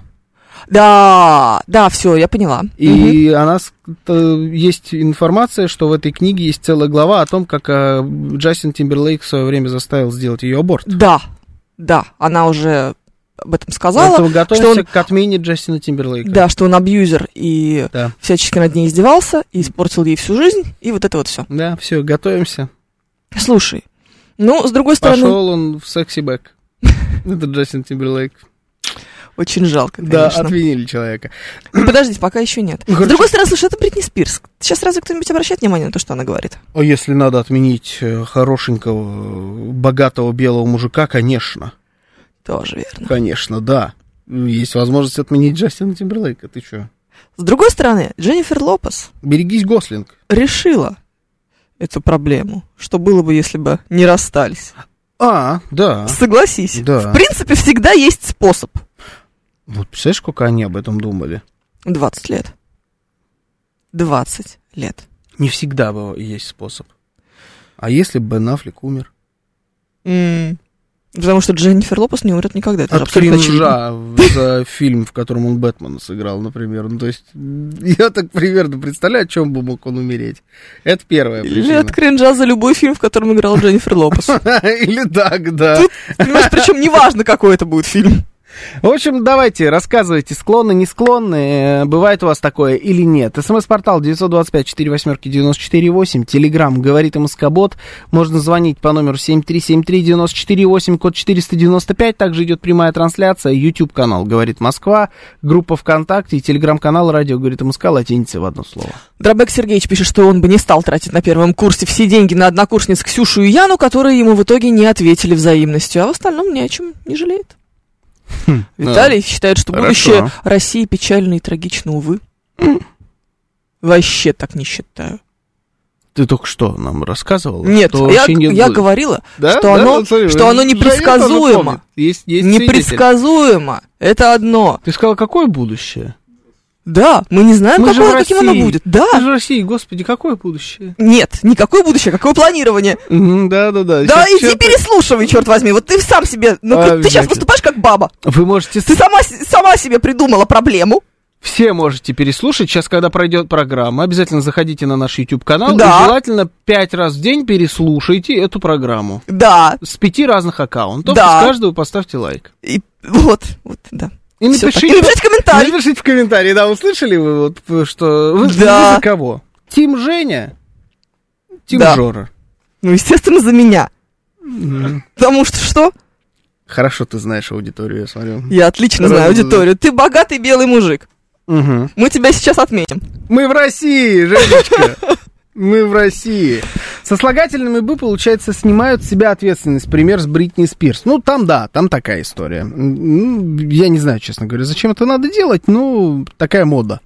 Да, да, все, я поняла. и она с- т- есть информация, что в этой книге есть целая глава о том, как а, Джастин Тимберлейк в свое время заставил сделать ее аборт. Да, да, она уже об этом сказала. Поэтому готовимся что он- к отмене Джастина Тимберлейка. Да, что он абьюзер и Да. всячески над ней издевался, и испортил ей всю жизнь, и вот это вот все. Да, все, готовимся. Слушай, ну, с другой стороны, Пошел он в секси-бэк. Это Джастин Тимберлейк. очень жалко, Да, конечно. отменили человека. Ну, подождите, пока еще нет. Ну, С хорошо. другой стороны, слушай, это Бритни Спирс. Сейчас разве кто-нибудь обращает внимание на то, что она говорит? А если надо отменить э, хорошенького, богатого белого мужика, конечно. Тоже верно. Конечно, да. Есть возможность отменить Джастина Тимберлейка. Ты что? С другой стороны, Дженнифер Лопес Берегись, Гослинг. решила эту проблему. Что было бы, если бы не расстались? А, да. Согласись. Да. В принципе, всегда есть способ. Вот представляешь, сколько они об этом думали? двадцать лет. двадцать лет. Не всегда было- есть способ. А если бы Бен Аффлек умер? М, Потому что Дженнифер Лопес не умрет никогда. Это же От абсолютно очевидно. кринжа за фильм, в котором он Бэтмена сыграл, например. Ну, то есть, я так примерно представляю, о чем бы мог он умереть. Это первая Или причина. от кринжа за любой фильм, в котором играла Дженнифер Лопес. Или так, да. Понимаешь, причем неважно, какой это будет фильм. В общем, давайте, рассказывайте, склонны, не склонны, э, бывает у вас такое или нет. СМС-портал девять два пять четыре восемь девяносто четыре восемь, Телеграм говорит МСК-бот, можно звонить по номеру семь три семь три девяносто четыре восемь, код четыреста девяносто пять, также идет прямая трансляция, YouTube-канал «Говорит Москва», группа ВКонтакте и Телеграм-канал «Радио говорит МСК», латиница в одно слово. Дробек Сергеевич пишет, что он бы не стал тратить на первом курсе все деньги на однокурсниц Ксюшу и Яну, которые ему в итоге не ответили взаимностью, а в остальном ни о чем не жалеет. Хм, Виталий считает, что хорошо. будущее России печально и трагично, увы. Вообще так не считаю. Ты только что нам рассказывал? Нет, что я, вообще нет я будущего. говорила, Да? что, Да? оно, Вот смотри, что оно Женя тоже непредсказуемо. помнит. Есть, есть свидетель. Непредсказуемо. Это одно. Ты сказал, какое будущее? Да, мы не знаем, Мы же какое, в каким оно России. будет. Да. Ты же в России, господи, какое будущее? Нет, никакое будущее, какое планирование. Мгм, Да-да-да. Да, Сейчас иди чё-то- переслушивай, черт возьми. Вот ты сам себе, ну, А, ты сейчас обязательно. выступаешь как баба. Вы можете... Ты сама, с- сама себе придумала проблему. Все можете переслушать. Сейчас, когда пройдет программа, обязательно заходите на наш YouTube-канал. Да. И желательно пять раз в день переслушайте эту программу. Да, С пяти разных аккаунтов. Да. И с каждого поставьте лайк. и вот, вот, да. И Всё так. напишите, И напишите комментарий. напишите в комментарии, да, услышали вы, вот, что... Вы, Да. вы за кого? Тим Женя? Тим Да. Жора? Ну, естественно, за меня. Мгм. Потому что что? Хорошо ты знаешь аудиторию, я смотрю. Я отлично знаю Раз- аудиторию. Ты богатый белый мужик. Мгм. Мы тебя сейчас отметим. Мы в России, Женечка. Мы в России. Сослагательными «бы», получается, снимают с себя ответственность. Пример с Бритни Спирс. Ну, там, да, там такая история. Ну, я не знаю, честно говоря, зачем это надо делать, ну, такая мода.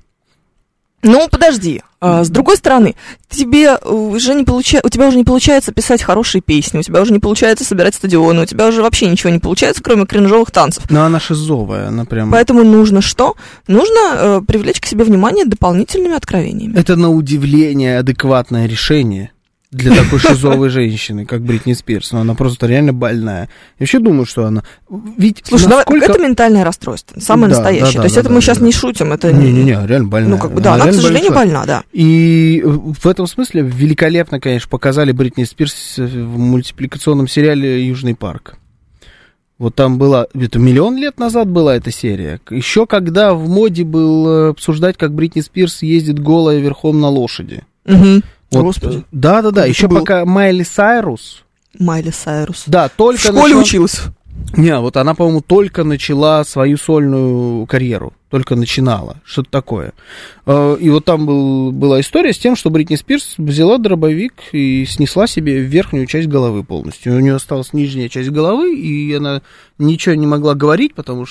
Ну, подожди. А, с другой стороны, тебе уже не получа... у тебя уже не получается писать хорошие песни, у тебя уже не получается собирать стадионы, у тебя уже вообще ничего не получается, кроме кринжовых танцев. Но она шизовая, она прям... Поэтому нужно что? Нужно э, привлечь к себе внимание дополнительными откровениями. Это, на удивление, адекватное решение для такой шизовой женщины, как Бритни Спирс. Но она просто реально больная. Я вообще думаю, что она... Ведь Слушай, давай, насколько... это ментальное расстройство, самое Да, настоящее. да, То есть да, это да, мы да, сейчас да. не шутим, это... Не-не-не, реально больная. Ну, как бы, да, она, к реально сожалению, больной больна, да. И в этом смысле великолепно, конечно, показали Бритни Спирс в мультипликационном сериале «Южный парк». Вот там была, это миллион лет назад была эта серия. Еще когда в моде было обсуждать, как Бритни Спирс ездит голая верхом на лошади. Угу. Вот, Господи. Да-да-да, Как еще это было? пока Майли Сайрус, Майли Сайрус. да, В только школе начала- училась. Не, вот она, по-моему, только начала свою сольную карьеру. только начинала, что-то такое. И вот там был, была история с тем, что Бритни Спирс взяла дробовик и снесла себе верхнюю часть головы полностью. У нее осталась нижняя часть головы, и она ничего не могла говорить, потому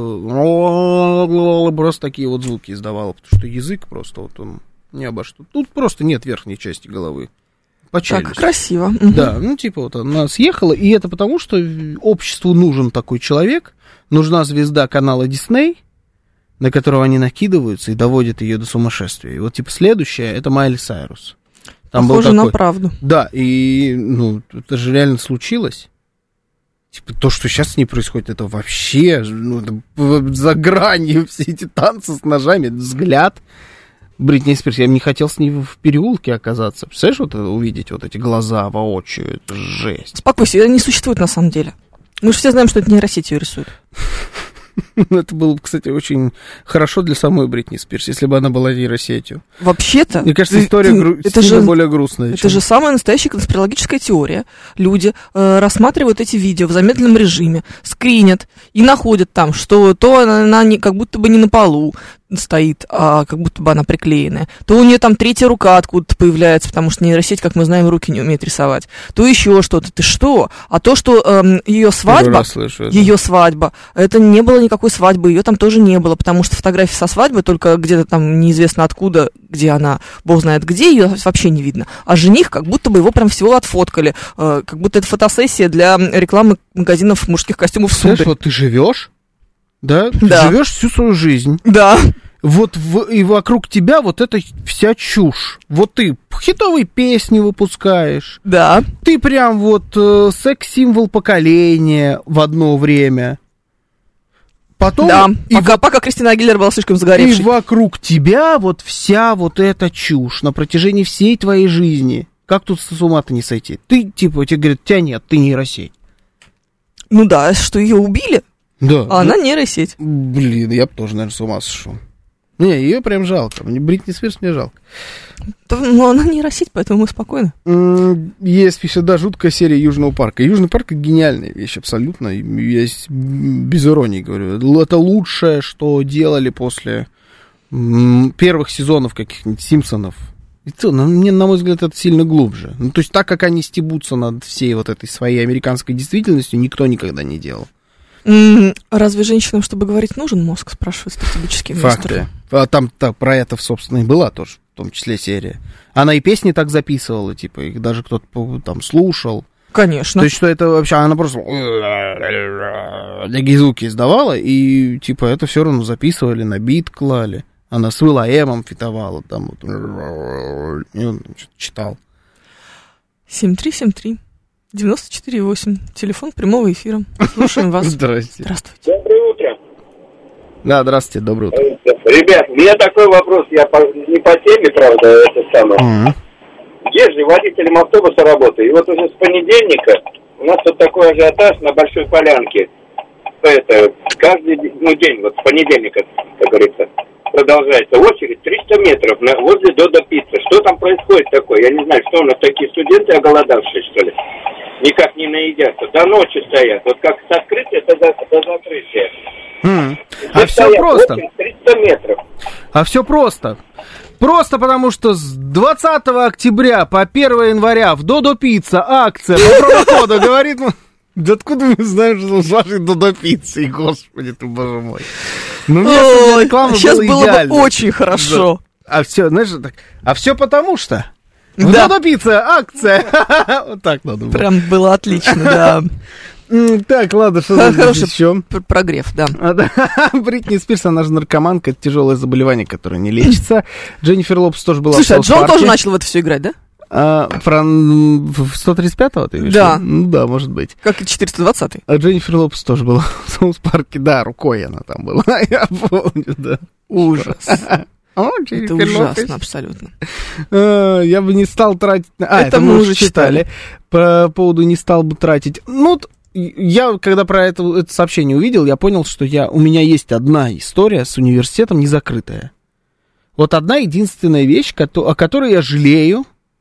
что просто такие вот звуки издавала, потому что язык просто вот он не обо что. Тут просто нет верхней части головы. По челюсти. Так, красиво. Да, ну типа вот она съехала, и это потому, что обществу нужен такой человек, нужна звезда канала Дисней, на которого они накидываются и доводят ее до сумасшествия. И вот, типа, следующая, это Майли Сайрус. Там Похоже был такой... на правду. Да, и, ну, это же реально случилось. Типа, то, что сейчас с ней происходит, это вообще, ну, это за гранью, все эти танцы с ножами, взгляд. Бритни Спирс, я бы не хотел с ней в переулке оказаться. Представляешь, вот это, увидеть вот эти глаза воочию, это жесть. Успокойся, это не существует на самом деле. Мы же все знаем, что это нейросеть ее рисует. Это было бы, кстати, очень хорошо для самой Бритни Спирс, если бы она была нейросетью. Вообще-то... Мне кажется, история ты, гру- это же, более грустная. Это чем... же самая настоящая конспирологическая теория. Люди э, рассматривают эти видео в замедленном режиме, скринят и находят там, что то она, она не, как будто бы не на полу стоит, а как будто бы она приклеенная. То у нее там третья рука откуда-то появляется, потому что нейросеть, как мы знаем, руки не умеет рисовать. То еще что-то. Ты что? А то, что э, ее свадьба, ее свадьба, это не было никакой свадьбы, ее там тоже не было, потому что фотографии со свадьбы только где-то там неизвестно откуда, где она, бог знает где, ее вообще не видно. А жених как будто бы его прям всего отфоткали, э, как будто это фотосессия для рекламы магазинов мужских костюмов «Сударь». Знаешь, вот ты живешь, да? Ты да. живешь всю свою жизнь. Да. Вот в, и вокруг тебя вот эта вся чушь. Вот ты хитовые песни выпускаешь. Да. Ты прям вот э, секс-символ поколения в одно время. Потом, да, и пока, вот, пока Кристина Агилера была слишком загоревшей. И вокруг тебя вот вся вот эта чушь на протяжении всей твоей жизни. Как тут с ума-то не сойти? Ты, типа, тебе говорят, тебя нет, ты нейросеть. Ну да, что ее убили, да, а да. она нейросеть. Блин, я бы тоже, наверное, с ума сошел. Не, ее прям жалко. Бритни Спирс мне жалко. Ну, она нейросеть, поэтому мы спокойны. Есть всегда жуткая серия Южного парка. Южный парк — это гениальная вещь, абсолютно. Я без иронии говорю. Это лучшее, что делали после первых сезонов каких-нибудь Симпсонов. И то, на, мне, на мой взгляд, это сильно глубже. Ну, то есть так, как они стебутся над всей вот этой своей американской действительностью, никто никогда не делал. Разве женщинам, чтобы говорить, нужен мозг, спрашивает стратегический инвестор. А там так, про это, собственно, и была тоже, в том числе, серия. Она и песни так записывала, типа, их даже кто-то там слушал. Конечно. То есть, что это вообще, она просто такие звуки издавала, и, типа, это все равно записывали, на бит клали. Она с Уилл ай Эмом фитовала, там, вот, и он что-то читал. семь три семь три девяносто четыре восемь. Телефон прямого эфира. Слушаем вас. Здравствуйте. Здравствуйте. Доброе утро. Да, здравствуйте, доброе утро. Ребят, у меня такой вопрос, я по, не по теме, правда, это самое. Uh-huh. Езжу водителем автобуса работаю, и вот уже с понедельника у нас тут такой ажиотаж на Большой Полянке. Это каждый ну, день, вот с понедельника, как говорится, продолжается очередь триста метров на, возле Додо Пицца. Что там происходит такое? Я не знаю, что у нас такие студенты оголодавшие, что ли? Никак не наедятся. До ночи стоят. Вот как с открытия до, до закрытия. Mm. А все просто. триста метров. А все просто. Просто потому, что с двадцатого октября по первого января в Додо Пицца акция по промокоду говорит... Да откуда мы знаем, что с вашей Додо Пиццей, господи ты, боже мой. Ну, Ой, реклама сейчас было, было идеально. бы очень хорошо. Да. А все, знаешь, так, а все потому что в да. Додо Пицца акция. Вот так надо было. Прям было отлично, да. Так, ладно, что за еще? Прогрев, да. Бритни Спирс, она же наркоманка, это тяжелое заболевание, которое не лечится. Дженнифер Лопес тоже была в Слушай, а Саус Парке. Джон тоже начал в это все играть, да? А, про сто тридцать пятого ты имеешь? Да. Ну да, может быть. Как и четыреста двадцатый. А Дженнифер Лопес тоже была в Саус Парке. Да, рукой она там была, я помню, да. Ужас. О, это ужасно, абсолютно. А, я бы не стал тратить... А, это, это мы уже читали. читали. По поводу не стал бы тратить... Ну, я, когда про это, это сообщение увидел, я понял, что я, у меня есть одна история с университетом не закрытая. Вот одна единственная вещь, о которой я жалею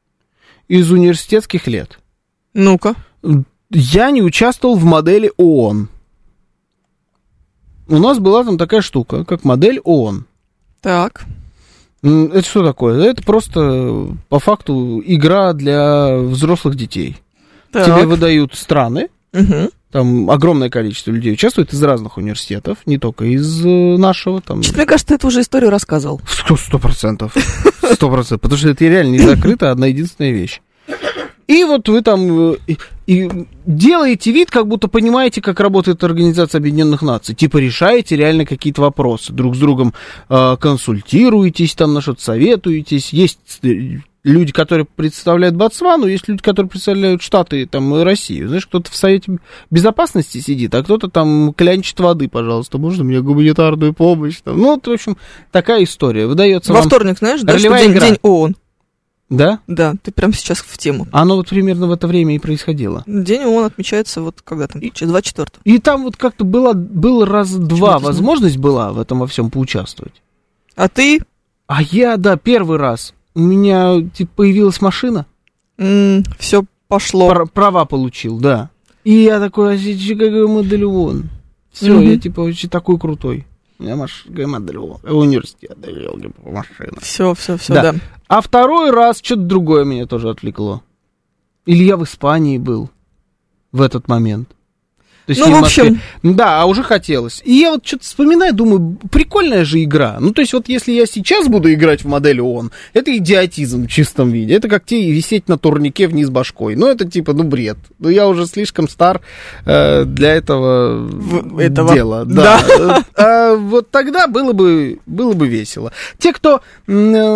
из университетских лет. Ну-ка. Я не участвовал в модели ООН. у нас была там такая штука, как модель ООН. Так. Это что такое? Это просто, по факту, игра для взрослых детей. Так. Тебе выдают страны, угу. Там огромное количество людей участвует из разных университетов, не только из нашего. Там... Мне кажется, ты эту уже историю рассказывал. Сто процентов. Сто процентов. Потому что это реально не закрыта одна единственная вещь. И вот вы там и, и делаете вид, как будто понимаете, как работает Организация Объединенных Наций. Типа решаете реально какие-то вопросы. Друг с другом э, консультируетесь, там на что-то советуетесь. Есть люди, которые представляют Ботсвану, есть люди, которые представляют Штаты там, и Россию. Знаешь, кто-то в Совете Безопасности сидит, а кто-то там клянчит воды, пожалуйста, можно мне гуманитарную помощь? Там. Ну, вот, в общем, такая история. Выдается Во вам вторник, знаешь, да, что день, день ООН. Да? Да, ты прям сейчас в тему. Оно вот примерно в это время и происходило. День ООН отмечается вот когда там, через двадцать четвёртого. И там вот как-то было, было раз два возможность была в этом во всем поучаствовать. А ты? А я, да, первый раз. У меня, типа, появилась машина. Mm, все пошло. Пр- права получил, да. И я такой, а какой модель ООН? Все, mm-hmm. я, типа, очень такой крутой. Я машина, модель ООН. Университет, машина. Все, все, все, да. да. А второй раз что-то другое меня тоже отвлекло. Или я в Испании был в этот момент. То есть ну, в общем... Да, а уже хотелось. И я вот что-то вспоминаю, думаю, прикольная же игра. Ну, то есть вот если я сейчас буду играть в модель ООН, это идиотизм в чистом виде. Это как те висеть на турнике вниз башкой. Ну, это типа, ну, бред. Ну, я уже слишком стар э, для этого, в, этого дела. Да. да. А, вот тогда было бы, было бы весело. Те, кто э,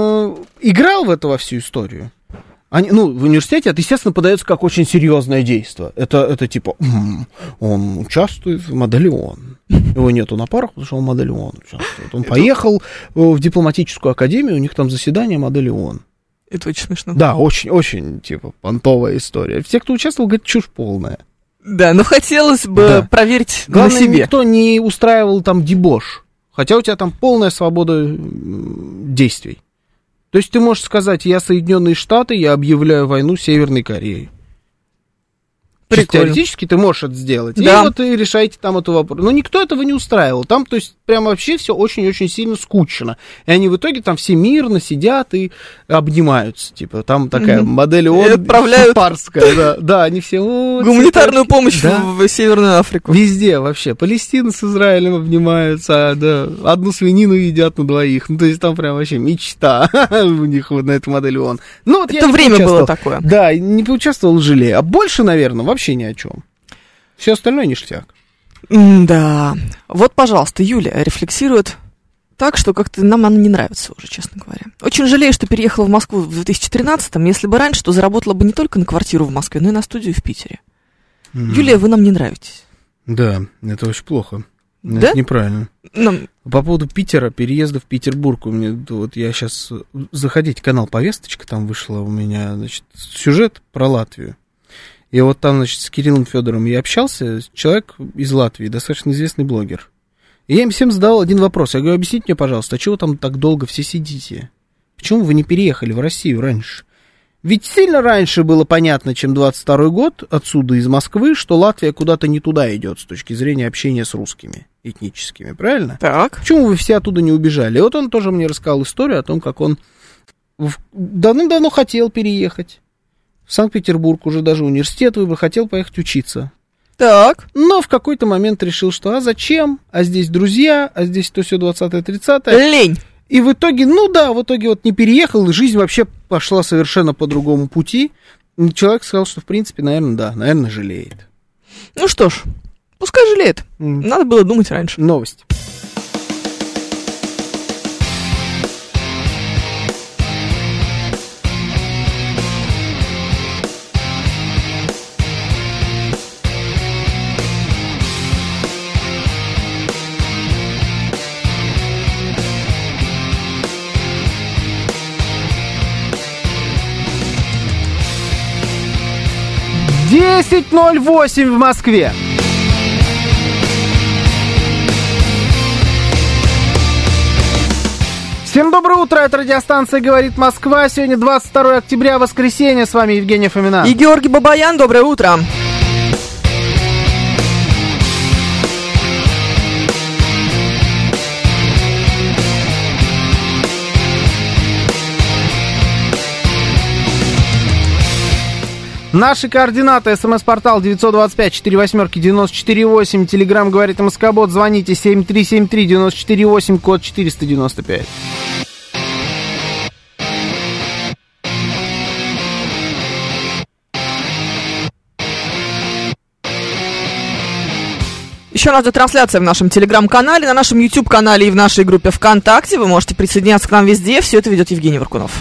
играл в эту во всу историю, они, ну, в университете это, естественно, подается как очень серьезное действие. Это, это типа, м-м, он участвует в модели ООН. Его нету на парах, потому что он в модели ООН участвует. Он поехал в дипломатическую академию, у них там заседание модели ООН. Это очень смешно. Да, очень, очень, типа, понтовая история. Те, кто участвовал, говорят, чушь полная. Да, но хотелось бы да. проверить Главное, на себе. Никто не устраивал там дебош. Хотя у тебя там полная свобода действий. То есть ты можешь сказать, я Соединенные Штаты, я объявляю войну Северной Корее. Прикольно. Теоретически ты можешь это сделать. Да. И вот и решаете там эту вопрос. Но никто этого не устраивал. Там, то есть, прям вообще все очень-очень сильно скучно. И они в итоге там все мирно сидят и обнимаются. Типа, там такая mm-hmm. модель ООН парская. Да, да, они все... Гуманитарную помощь да? в Северную Африку. Везде вообще. Палестина с Израилем обнимаются, да. Одну свинину едят на двоих. Ну, то есть, там прям вообще мечта у них вот на эту модель ООН. Ну, вот это время было такое. Да, не поучаствовал, жалею. А больше, наверное, вообще вообще ни о чем. Все остальное ништяк. Да. Вот, пожалуйста, Юля рефлексирует так, что как-то нам она не нравится уже, честно говоря. Очень жалею, что переехала в Москву в две тысячи тринадцатом. Если бы раньше, то заработала бы не только на квартиру в Москве, но и на студию в Питере. Mm. Юлия, вы нам не нравитесь. Да, это очень плохо. Да? Это неправильно. Нам... По поводу Питера, переезда в Петербург, у меня, вот я сейчас... Заходите, канал «Повесточка», там вышла у меня, значит, сюжет про Латвию. И вот там, значит, с Кириллом Федоровым я общался, человек из Латвии, достаточно известный блогер. И я им всем задавал один вопрос. Я говорю, объясните мне, пожалуйста, а чего там так долго все сидите? Почему вы не переехали в Россию раньше? Ведь сильно раньше было понятно, чем двадцать второй год, отсюда из Москвы, что Латвия куда-то не туда идет с точки зрения общения с русскими этническими, правильно? Так. Почему вы все оттуда не убежали? И вот он тоже мне рассказал историю о том, как он давным-давно хотел переехать. В Санкт-Петербург, уже даже университет выбрал, хотел поехать учиться. Так. Но в какой-то момент решил, что а зачем? А здесь друзья, а здесь то все двадцатое-тридцатое. Лень. И в итоге, ну да, в итоге вот не переехал, и жизнь вообще пошла совершенно по другому пути. И человек сказал, что в принципе, наверное, да, наверное, жалеет. Ну что ж, пускай жалеет. Mm. Надо было думать раньше. Новость. десять ноль восемь в Москве. Всем доброе утро, это радиостанция «Говорит Москва». Сегодня двадцать второе октября, воскресенье. С вами Евгения Фомина. И Георгий Бабаян. Доброе утро. Наши координаты. СМС-портал девять два пять четыре восемь девяносто четыре восемь. Телеграм говорит МСК-бот. Звоните семь три семь три девять четыре восемь, код четыреста девяносто пять. Еще раз трансляция в нашем телеграм-канале, на нашем YouTube-канале и в нашей группе ВКонтакте. Вы можете присоединяться к нам везде. Все это ведет Евгений Варкунов.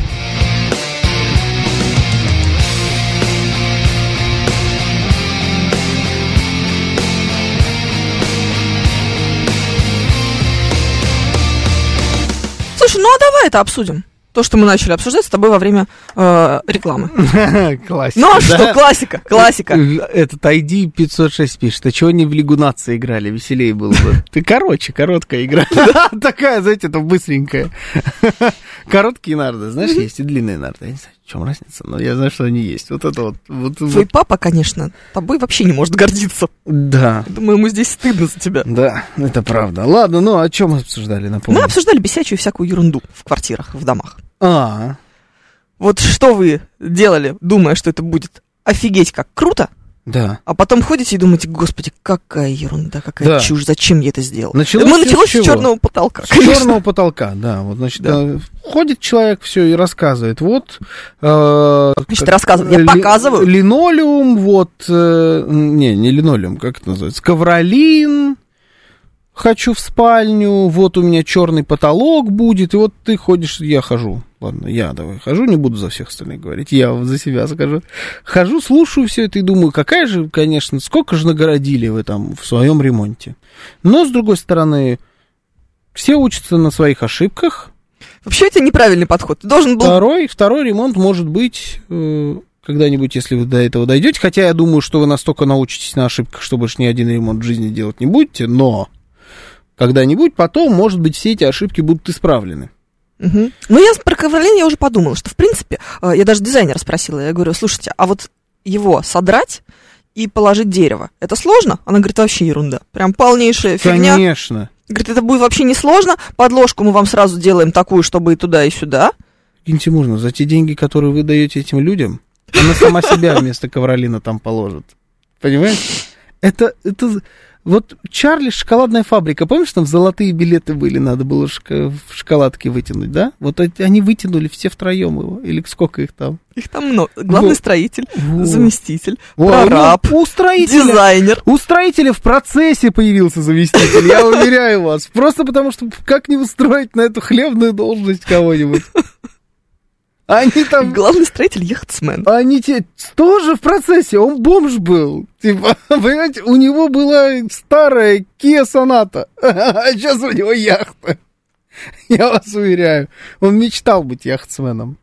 Слушай, ну а давай это обсудим. То, что мы начали обсуждать с тобой во время э, рекламы. Классика. Ну а что, классика, классика. Этот ай ди пятьсот шесть пишет, а чего не в Лигу наций играли, веселее было бы. Ты короче, короткая игра. Такая, знаете, это быстренькая. Короткие нарды, знаешь, есть и длинные нарды. Я не знаю, в чем разница, но я знаю, что они есть. Вот это вот. Твой папа, конечно, тобой вообще не может гордиться. Да. Думаю, ему здесь стыдно за тебя. Да, это правда. Ладно, ну о чем мы обсуждали, напомню? Мы обсуждали бесячую всякую ерунду в квартирах, в домах. А, вот что вы делали, думая, что это будет офигеть как круто, да. А потом ходите и думаете, господи, какая ерунда, какая да. чушь, зачем я это сделал? Началось, Мы началось с черного потолка. С конечно. черного потолка, да. Вот, значит, да. ходит человек, все и рассказывает. Вот. Э, значит, рассказывает, я ли, показываю. Линолеум, вот. Э, не, не линолеум, как это называется? Ковролин. Хочу в спальню, вот у меня черный потолок будет, и вот ты ходишь, я хожу. Ладно, я давай хожу, не буду за всех остальных говорить, я за себя скажу. Хожу, слушаю все это и думаю, какая же, конечно, сколько же нагородили вы там в своем ремонте. Но, с другой стороны, все учатся на своих ошибках. Вообще, это неправильный подход. Ты должен был... Второй, второй ремонт может быть... Э, когда-нибудь, если вы до этого дойдете, хотя я думаю, что вы настолько научитесь на ошибках, что больше ни один ремонт в жизни делать не будете, но... Когда-нибудь потом, может быть, все эти ошибки будут исправлены. Угу. Ну, я про ковролин я уже подумала, что, в принципе, я даже дизайнера спросила, я говорю, слушайте, а вот его содрать и положить дерево, это сложно? Она говорит, вообще ерунда, прям полнейшая фигня. Конечно. Говорит, это будет вообще не сложно, подложку мы вам сразу делаем такую, чтобы и туда, и сюда. Киньте можно, за те деньги, которые вы даете этим людям, она сама себя вместо ковролина там положит. Понимаешь? Это... это... Вот Чарли, шоколадная фабрика, помнишь, там золотые билеты были, надо было шок- в шоколадке вытянуть, да? Вот они вытянули все втроем его, или сколько их там? Их там много. Главный вот. строитель, вот. заместитель, вот. прораб, ну, у строителя, дизайнер. У строителя в процессе появился заместитель, я уверяю вас. Просто потому, что как не устроить на эту хлебную должность кого-нибудь? Они там... Главный строитель яхтсмен. Они те... тоже в процессе, он бомж был. Типа, понимаете, у него была старая Kia Sonata, а сейчас у него яхта. Я вас уверяю, он мечтал быть яхтсменом.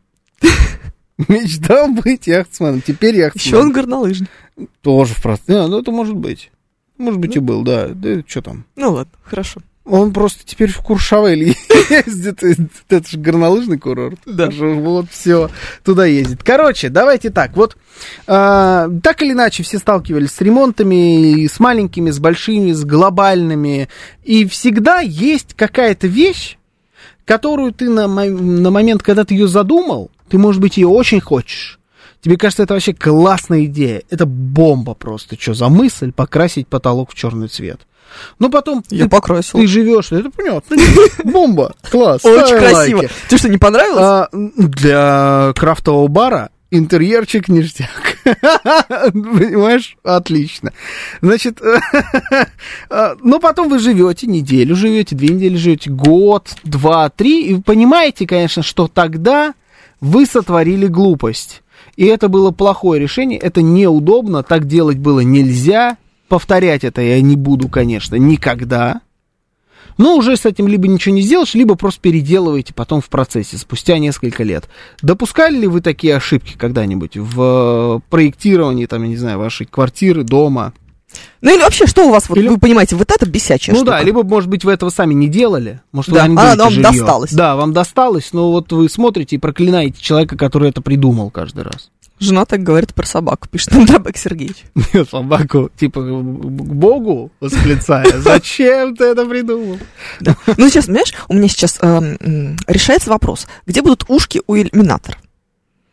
Мечтал быть яхтсменом, теперь яхтсмен. Еще он горнолыжник. Тоже в процессе, ну это может быть. Может быть и был, да, да, что там. Ну ладно, хорошо. Он просто теперь в Куршавель ездит. Это же горнолыжный курорт. Да. Вот все, туда ездит. Короче, давайте так. Вот э, так или иначе все сталкивались с ремонтами, с маленькими, с большими, с глобальными. И всегда есть какая-то вещь, которую ты на, на момент, когда ты ее задумал, ты, может быть, ее очень хочешь. Тебе кажется, это вообще классная идея. Это бомба просто. Что за мысль покрасить потолок в черный цвет? Ну, потом я ты, покрасил. Ты живешь, это понятно. Бомба, класс. Очень красиво. Тебе что, не понравилось? А, для крафтового бара интерьерчик ништяк. Понимаешь? Отлично. Значит, но потом вы живете, неделю живете, две недели живете, год, два, три, и вы понимаете, конечно, что тогда вы сотворили глупость. И это было плохое решение, это неудобно, так делать было нельзя. Повторять это я не буду, конечно, никогда. Но уже с этим либо ничего не сделаешь, либо просто переделываете потом в процессе, спустя несколько лет. Допускали ли вы такие ошибки когда-нибудь в проектировании, там, я не знаю, вашей квартиры, дома? Ну или вообще, что у вас, вот, или... вы понимаете, вот это бесячая ну, штука. Ну да, либо, может быть, вы этого сами не делали. Может, да, вы не а, вам жилье. досталось. Да, вам досталось, но вот вы смотрите и проклинаете человека, который это придумал каждый раз. Жена так говорит про собаку, пишет нам Драбек Сергеевич. Нет, собаку, типа, к Богу восклицая. Зачем ты это придумал? Да. Ну, сейчас, понимаешь, у меня сейчас э, решается вопрос, где будут ушки у иллюминатора?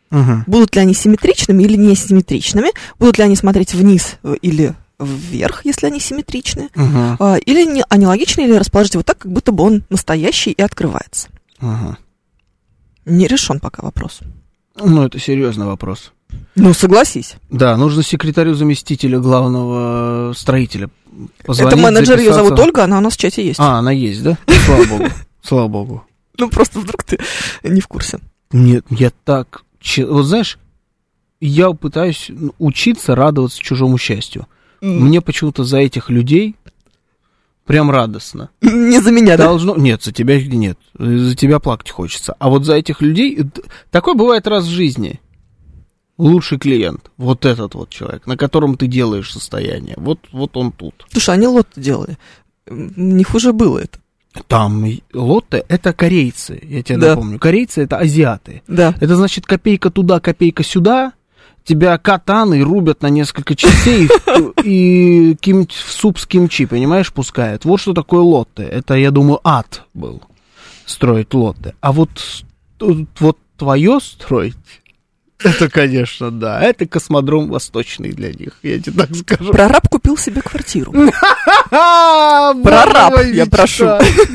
Угу. Будут ли они симметричными или несимметричными? Будут ли они смотреть вниз или вверх, если они симметричны? Угу. А, или не, аналогичны, или расположить его так, как будто бы он настоящий и открывается. Угу. Не решен пока вопрос. Ну, это серьезный вопрос. Ну, согласись. Да, нужно секретарю заместителя главного строителя позвонить. Это менеджер, записаться. ее зовут Ольга, она у нас в чате есть. А, она есть, да? Слава богу. Слава богу. Ну, просто вдруг ты не в курсе. Нет, я так... Вот знаешь, я пытаюсь учиться радоваться чужому счастью. Mm. Мне почему-то за этих людей прям радостно. Не за меня, Должно... да? Нет, за тебя нет. За тебя плакать хочется. А вот за этих людей... Такое бывает раз в жизни. Лучший клиент. Вот этот вот человек, на котором ты делаешь состояние. Вот, вот он тут. Слушай, они лотто делали. Не хуже было это. Там лотте — это корейцы, я тебе да. напомню. Корейцы — это азиаты. Да. Это значит копейка туда, копейка сюда. Тебя катаной рубят на несколько частей и в суп с кимчи, понимаешь, пускают. Вот что такое лотте. Это, я думаю, ад был строить лотте. А вот, вот твое строить... Это, конечно, да. Это космодром восточный для них, я тебе так скажу. Прораб купил себе квартиру. Прораб, я прошу.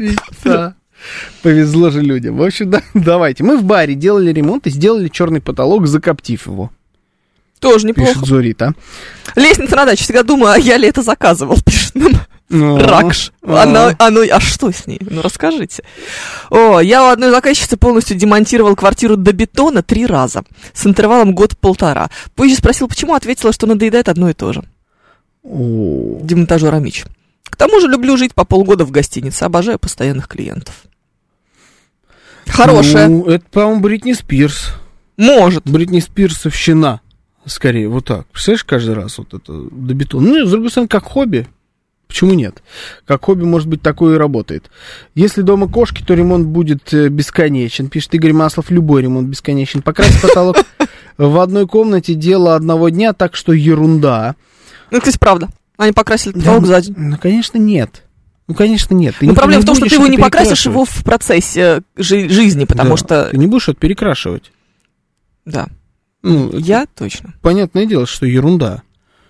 Повезло же людям. В общем, да, давайте. Мы в баре делали ремонт и сделали черный потолок, закоптив его. Тоже неплохо. Пишет Зорита. Лестница на даче. Всегда думаю, а я ли это заказывал, пишет нам. Ракш. Оно, оно, а что с ней? Ну, расскажите. О, я у одной заказчицы полностью демонтировал квартиру до бетона три раза. С интервалом год-полтора. Позже спросил, почему, ответила, что надоедает одно и то же. О. Демонтажер Амич. К тому же люблю жить по полгода в гостинице. Обожаю постоянных клиентов. Хорошая. Ну, это, по-моему, Бритни Спирс. Может. Бритни Спирсовщина. Скорее, вот так. Представляешь, каждый раз вот это до бетона. Ну, с другой стороны, как хобби. Почему нет? Как хобби, может быть, такое и работает. Если дома кошки, то ремонт будет бесконечен. Пишет Игорь Маслов, любой ремонт бесконечен. Покрасить потолок в одной комнате дело одного дня, так что ерунда. Ну, кстати, правда. Они покрасили потолок за день. Ну, конечно, нет. Ну, конечно, нет. Но проблема в том, что ты его не покрасишь его в процессе жи- жизни, потому что... Ты не будешь это перекрашивать. Да. Ну, я точно. Понятное дело, что ерунда.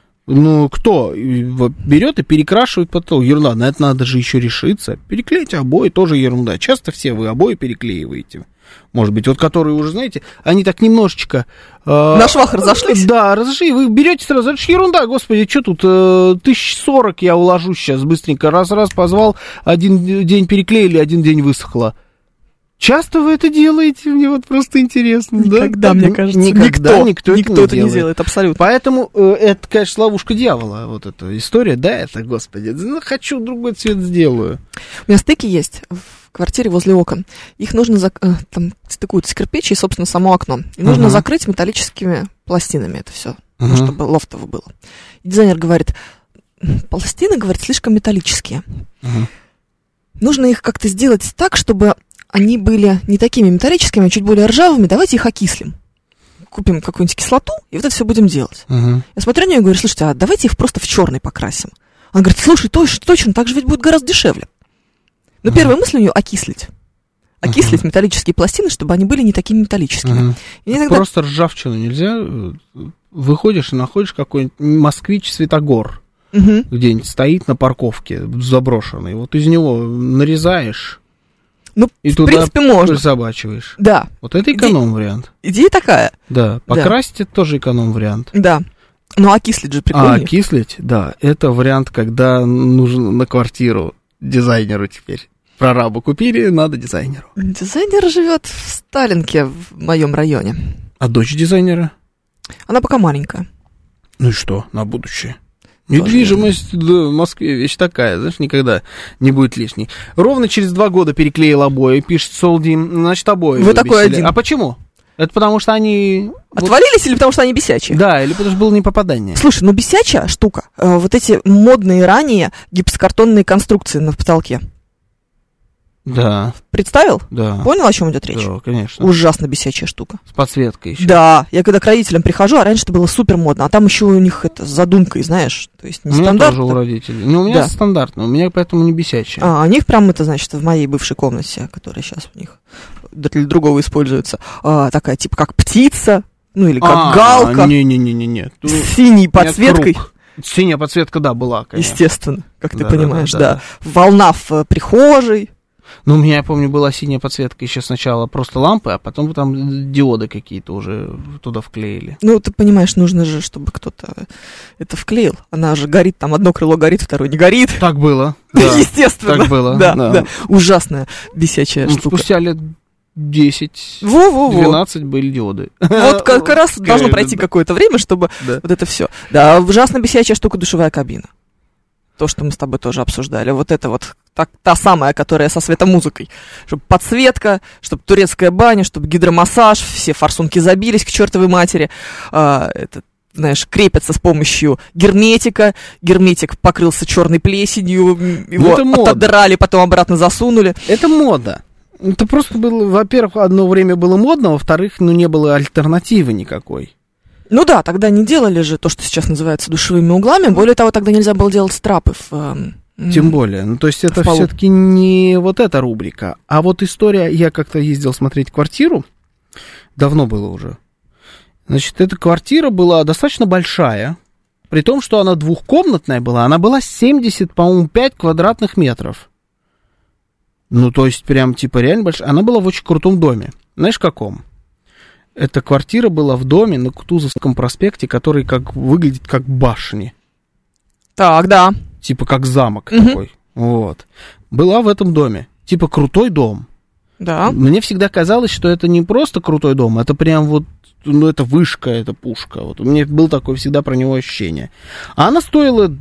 Ну, кто берет и перекрашивает потолок? Ерунда, на это надо же еще решиться. Переклеить обои тоже ерунда. Часто все вы обои переклеиваете. Может быть, вот которые уже, знаете, они так немножечко... Э, на швах разошлись? Да, разошли. Вы берете сразу, это же ерунда, господи, что тут, э, тысяч сорок я уложусь сейчас быстренько. Раз-раз позвал, один день переклеили, один день высохло. Часто вы это делаете? Мне вот просто интересно. Никогда, да? мне кажется. Никогда, никто, никто, никто это, это не, не делает. делает, абсолютно. Поэтому э, это, конечно, ловушка дьявола, вот эта история. Да, это, господи, ну, хочу другой цвет сделаю. У меня стыки есть в квартире возле окон. Их нужно, зак... там стыкуются кирпичи и, собственно, само окно. И нужно uh-huh. закрыть металлическими пластинами это все, uh-huh. ну, чтобы лофтово было. И дизайнер говорит, пластины, говорит, слишком металлические. Uh-huh. Нужно их как-то сделать так, чтобы... они были не такими металлическими, а чуть более ржавыми, давайте их окислим. Купим какую-нибудь кислоту, и вот это все будем делать. Uh-huh. Я смотрю на нее и говорю, слушайте, а давайте их просто в черный покрасим. Она говорит, слушай, точно, точно, так же ведь будет гораздо дешевле. Но uh-huh. первая мысль у нее окислить. Окислить uh-huh. металлические пластины, чтобы они были не такими металлическими. Uh-huh. И иногда... Просто ржавчину нельзя. Выходишь и находишь какой-нибудь москвич-светогор. Uh-huh. Где-нибудь стоит на парковке заброшенный. Вот из него нарезаешь. Ну, и в туда принципе, можно. Присобачиваешь. Да. Вот это эконом-вариант. Идея такая. Да. Покрасить да. это тоже эконом-вариант. Да. Но окислить же прикольнее. А, окислить, да. Это вариант, когда нужно на квартиру дизайнеру теперь. Прорабу купили, надо дизайнеру. Дизайнер живет в Сталинке, в моем районе. А дочь дизайнера? Она пока маленькая. Ну и что, на будущее? Недвижимость в Москве вещь такая, знаешь, никогда не будет лишней. Ровно через два года переклеил обои, пишет Солдим, значит, обои Вы такой один. А почему? Это потому что они... Отвалились вот... или потому что они бесячие? Да, или потому что было непопадание. Слушай, ну бесячая штука, э, вот эти модные ранее гипсокартонные конструкции на потолке. Да. Представил? Да. Понял, о чем идет речь? Да, конечно. Ужасно бесячая штука. С подсветкой еще. Да, я когда к родителям прихожу, а раньше это было супер модно, а там еще у них это с задумкой, знаешь, то есть не стандарт. У меня тоже у родителей. Ну, у меня да. стандартно, у меня поэтому не бесячая. А, у них прям это, значит, в моей бывшей комнате, которая сейчас у них для другого используется, а, такая типа как птица, Ну, или как А, галка. Не-не-не-не. С синей подсветкой. Синяя подсветка, да, была, конечно. Естественно, как ты Да, понимаешь, да, да. да. Волна в э, прихожей. Ну, у меня, я помню, была синяя подсветка еще сначала просто лампы, а потом там диоды какие-то уже туда вклеили. Ну, ты понимаешь, нужно же, чтобы кто-то это вклеил. Она же горит, там одно крыло горит, второе не горит. Так было. Да. Естественно. Так было. Да, да. да. Ужасная, бесячая Ну, штука. спустя лет десять, Во-во-во. двенадцать были диоды. Вот как раз должно Конечно, пройти да. какое-то время, чтобы Да. вот это все. Да, ужасно бесячая штука душевая кабина. То, что мы с тобой тоже обсуждали. Вот это вот так, та самая, которая со светомузыкой. Чтобы подсветка, чтобы турецкая баня, чтобы гидромассаж, все форсунки забились к чертовой матери. А, это, знаешь, крепятся с помощью герметика. Герметик покрылся черной плесенью, его это мода. отодрали, потом обратно засунули. Это мода. Это просто было, во-первых, одно время было модно, во-вторых, ну, не было альтернативы никакой. Ну да, тогда не делали же то, что сейчас называется душевыми углами. Более того, тогда нельзя было делать страпы в... эм, Тем более. Ну, то есть это в полу. все-таки не вот эта рубрика. А вот история, я как-то ездил смотреть квартиру, давно было уже. Значит, эта квартира была достаточно большая, при том, что она двухкомнатная была, она была семьдесят, по-моему, пять квадратных метров. Ну, то есть прям типа реально большая. Она была в очень крутом доме. Знаешь, каком? Эта квартира была в доме на Кутузовском проспекте, который как выглядит как башни. Так, да. Типа как замок Мгм. такой. Вот. Была в этом доме. Типа крутой дом. Да. Мне всегда казалось, что это не просто крутой дом, это прям вот, ну, это вышка, это пушка. Вот у меня было такое всегда про него ощущение. А она стоила,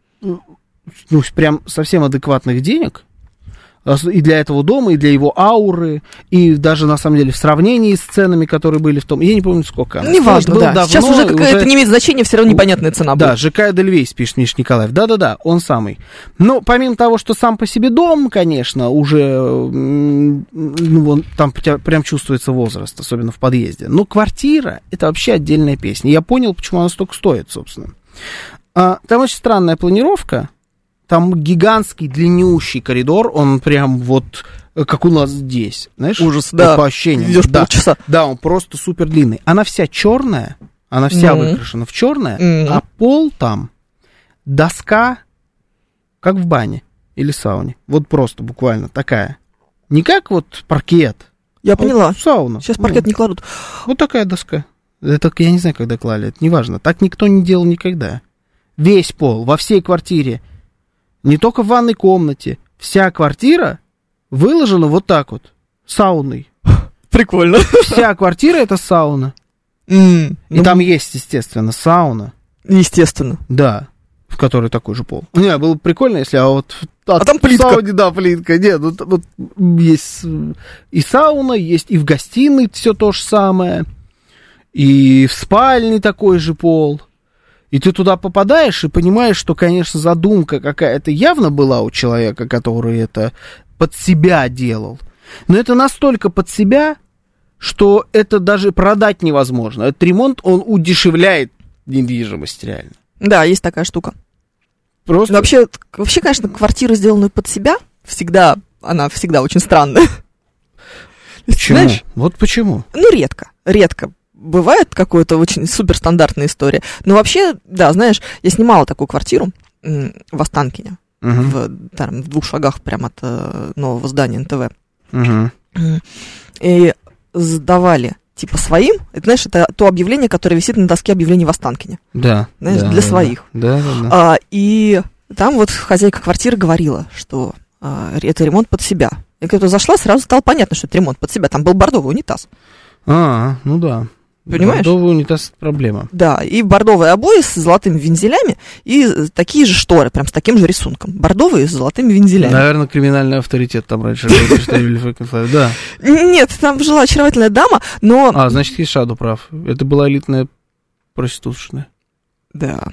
ну, прям совсем адекватных денег. И для этого дома, и для его ауры, и даже, на самом деле, в сравнении с ценами, которые были в том... Я не помню, сколько она. Неважно, Было да. давно, Сейчас уже и какая-то не имеет значения, все равно непонятная цена Да, будет. ЖК Эдельвейс, пишет Миша Николаев. Да-да-да, он самый. Но помимо того, что сам по себе дом, конечно, уже м, ну, он, там пря- прям чувствуется возраст, особенно в подъезде. Но квартира — это вообще отдельная песня. Я понял, почему она столько стоит, собственно. А, там очень странная планировка. Там гигантский, длиннющий коридор, он прям вот как у нас здесь, знаешь? Ужас, вот да. по ощущениям. Идешь да. полчаса. Да, он просто супер длинный. Она вся черная, она вся Ну. выкрашена в черное, Мгм. а пол там доска, как в бане или сауне. Вот просто буквально такая. Не как вот паркет. Я а поняла. вот сауна. Сейчас паркет Ну, не кладут. Вот такая доска. Это я не знаю, когда клали, это неважно. Так никто не делал никогда. Весь пол во всей квартире. Не только в ванной комнате. Вся квартира выложена вот так вот. Сауной. Прикольно. Вся квартира — это сауна. М, И ну, там есть, естественно, сауна. Естественно. Да. В которой такой же пол. Не, было бы прикольно, если... А вот... А там плитка. В сауне, да, плитка. Нет, вот, вот есть и сауна, есть и в гостиной все то же самое. И в спальне такой же пол. И ты туда попадаешь и понимаешь, что, конечно, задумка какая-то явно была у человека, который это под себя делал. Но это настолько под себя, что это даже продать невозможно. Этот ремонт, он удешевляет недвижимость реально. Да, есть такая штука. Просто... Но вообще, вообще, конечно, квартира, сделанная под себя, всегда, она всегда очень странная. Почему? Знаешь, Вот почему? ну, редко, редко. Бывает какая-то очень суперстандартная история. Но вообще, да, знаешь, я снимала такую квартиру м, в Останкине, Угу. в, там, в двух шагах прямо от э, нового здания эн тэ вэ. Угу. И сдавали, типа, своим. Это, знаешь, это то объявление, которое висит на доске объявлений в Останкине. Да. Знаешь, да, для да, своих. Да, да, да. А, и там вот хозяйка квартиры говорила, что а, это ремонт под себя. И когда я зашла, сразу стало понятно, что это ремонт под себя. Там был бордовый унитаз. А, ну да. Понимаешь? Бордовый унитаз — это проблема. Да, и бордовые обои с золотыми вензелями, и такие же шторы, прям с таким же рисунком. Бордовые с золотыми вензелями. Наверное, криминальный авторитет там раньше был. Да. Нет, там жила очаровательная дама, но... А, значит, Хишаду прав. Это была элитная проститутшная. Да.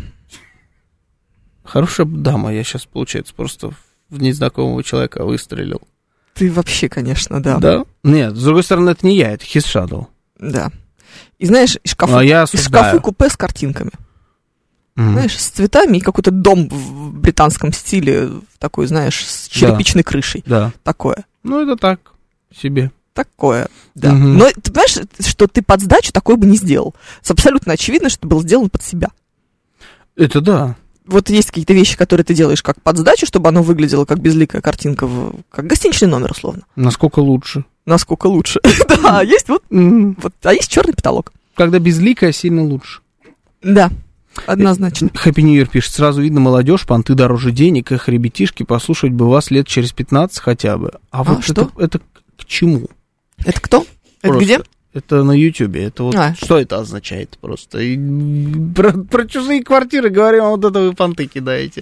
Хорошая дама. Я сейчас, получается, просто в незнакомого человека выстрелил. Ты вообще, конечно, да. Да? Нет, с другой стороны, это не я, это Хишаду. Да. И знаешь, и шкафы, А я и осуждаю. шкафы купе с картинками. Мгм. Знаешь, с цветами и какой-то дом в британском стиле, такой, знаешь, с черепичной крышей. Да. Такое. Ну, это так себе. такое, да. Мгм. Но ты понимаешь, что ты под сдачу такое бы не сделал. Абсолютно очевидно, что это было сделано под себя. Это да. Вот есть какие-то вещи, которые ты делаешь как под сдачу, чтобы оно выглядело как безликая картинка, в, как гостиничный номер, условно. Насколько лучше. Насколько лучше. Да, есть вот, М. вот, а есть черный потолок. Когда безликая, сильно лучше. Да, однозначно. Хэппи Нью Йир пишет, сразу видно молодежь, понты дороже денег, их ребятишки, послушать бы вас лет через пятнадцать хотя бы. А, вот что? Это, это к чему? Это кто? Это Просто где? Это на Ютьюбе. Это вот А. что это означает просто? И про, про чужие квартиры говорим, а вот это вы понты кидаете.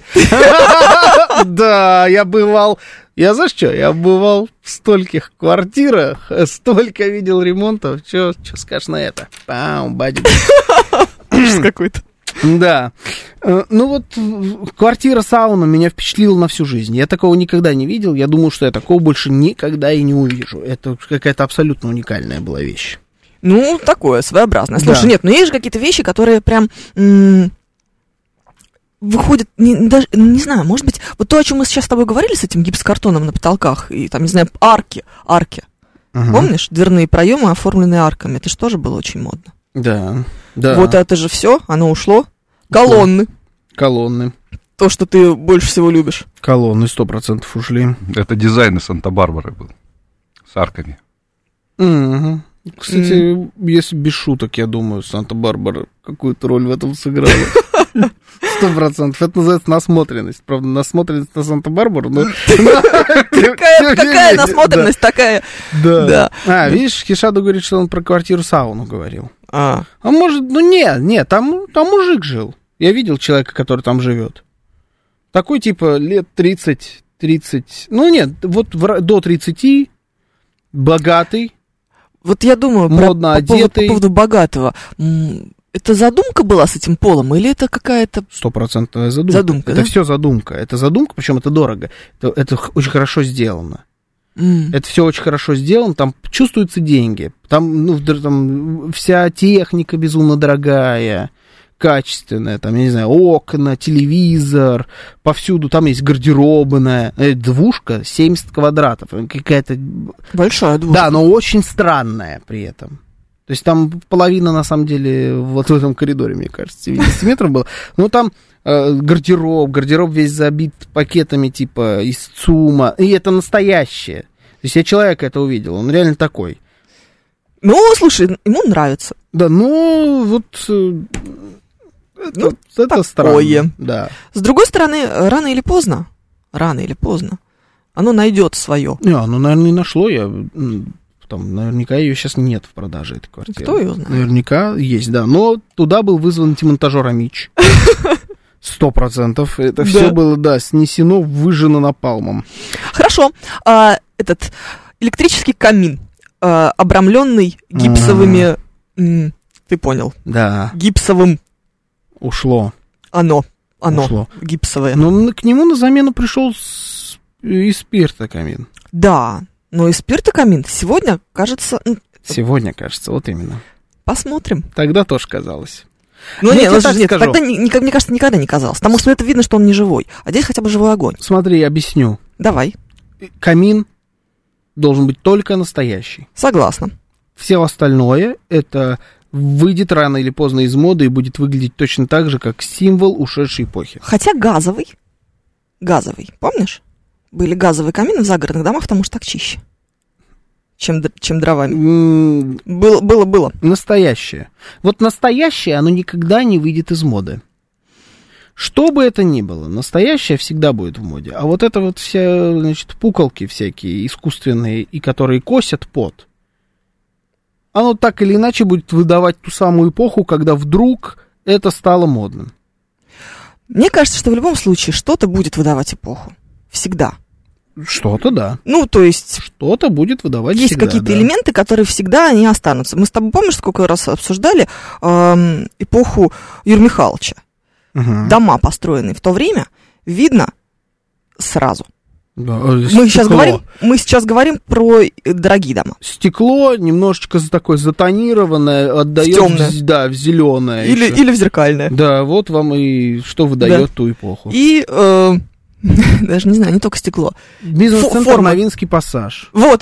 Да, я бывал. Я знаешь что? Я бывал в стольких квартирах, столько видел ремонтов. Что скажешь на это? Пау, бадик. Ужас какой-то. Да. Э, Ну вот в- квартира-сауна меня впечатлила на всю жизнь. Я такого никогда не видел. Я думаю, что я такого больше никогда и не увижу. Это какая-то абсолютно уникальная была вещь. Ну, такое, своеобразное. Слушай, Да. нет, ну есть же какие-то вещи, которые прям м- выходят, не, даже, не знаю, может быть, вот то, о чем мы сейчас с тобой говорили, с этим гипсокартоном на потолках, и там, не знаю, арки, арки. Ага. Помнишь? Дверные проемы, оформленные арками. Это же тоже было очень модно. Да. Да. Вот это же все, оно ушло. Колонны. Колонны. То, что ты больше всего любишь. Колонны сто процентов ушли. Это дизайн из Санта-Барбары был. С арками. Мгм. Кстати, если без шуток, я думаю, Санта-Барбара какую-то роль в этом сыграла. Сто процентов. Это называется насмотренность. Правда, насмотренность на Санта-Барбару, но... Какая, какая насмотренность такая. Да. Да. А, видишь, Хишаду говорит, что он про квартиру-сауну говорил. А, А может, ну нет, нет, там, там мужик жил. Я видел человека, который там живет. Такой типа лет тридцать, тридцать, ну нет, вот в ра- до тридцати, богатый. вот я думаю, про- Модно по, поводу, по одетый. поводу богатого. М, Это задумка была с этим полом, или это какая-то... Стопроцентная задумка. Задумка, это да? все задумка. Это задумка, причем это дорого. Это, это х- очень хорошо сделано. М, Это все очень хорошо сделано, там чувствуются деньги. Там, ну, др- там вся техника безумно дорогая, качественная. Там, я не знаю, окна, телевизор, повсюду. Там есть гардеробная. Э, Двушка, семьдесят квадратов. Какая-то... Большая двушка. Да, но очень странная при этом. То есть там половина, на самом деле, вот в этом коридоре, мне кажется, семьдесят метров было. Ну, там э, гардероб, гардероб весь забит пакетами типа из ЦУМа. И это настоящее. То есть я человека это увидел, он реально такой. Ну, слушай, ему нравится. Да, ну, вот... э, Это, Ну, это такое. странно. Да. С другой стороны, рано или поздно, рано или поздно, оно найдет свое. Не, ну, наверное, и нашло я... м, Там, наверняка ее сейчас нет в продаже, этой квартиры. Кто ее знает? Наверняка есть, да. Но туда был вызван демонтажер Амич. Сто процентов. Это Да. все было, да, снесено, выжжено напалмом. Хорошо. А, этот электрический камин, а, обрамленный гипсовыми... м, ты понял. Да, Гипсовым ушло. оно. Оно. Ушло. Гипсовое. Но к нему на замену пришел с... и спирта камин. Да. Но и спиртокамин сегодня, кажется... м, Сегодня, кажется, вот именно. Посмотрим. Тогда тоже казалось. Ну, Я нет, тебе ну, так нет, скажу. тогда, ни- ни- мне кажется, никогда не казалось. Потому что это видно, что он не живой. А здесь хотя бы живой огонь. Смотри, объясню. Давай. Камин должен быть только настоящий. Согласна. Все остальное, это выйдет рано или поздно из моды и будет выглядеть точно так же, как символ ушедшей эпохи. Хотя газовый. Газовый. Помнишь? Были газовые камины в загородных домах, потому что так чище. Чем, д- чем дровами. М, Было, было, было. Настоящее. Вот настоящее, оно никогда не выйдет из моды. Что бы это ни было, настоящее всегда будет в моде. А вот это вот все, значит, пуколки всякие искусственные, и которые косят пот, оно так или иначе будет выдавать ту самую эпоху, когда вдруг это стало модным. Мне кажется, что в любом случае что-то будет выдавать эпоху. Всегда. Что-то, да. Ну, то есть... Что-то будет выдавать Есть всегда, какие-то да. элементы, которые всегда не останутся. Мы с тобой, помнишь, сколько раз обсуждали эм, эпоху Юрия Михайловича? Мгм. Дома, построенные в то время, видно сразу. Да, э, Мы стекло. сейчас, говорим, мы сейчас говорим про э, дорогие дома. Стекло немножечко за- такое затонированное, отдает тёмное. в, да, в зеленое. Или, или в зеркальное. Да, вот вам и что выдает ту эпоху. И, э, даже не знаю, не только стекло. Бизнес-центр форма. Новинский пассаж. Вот он,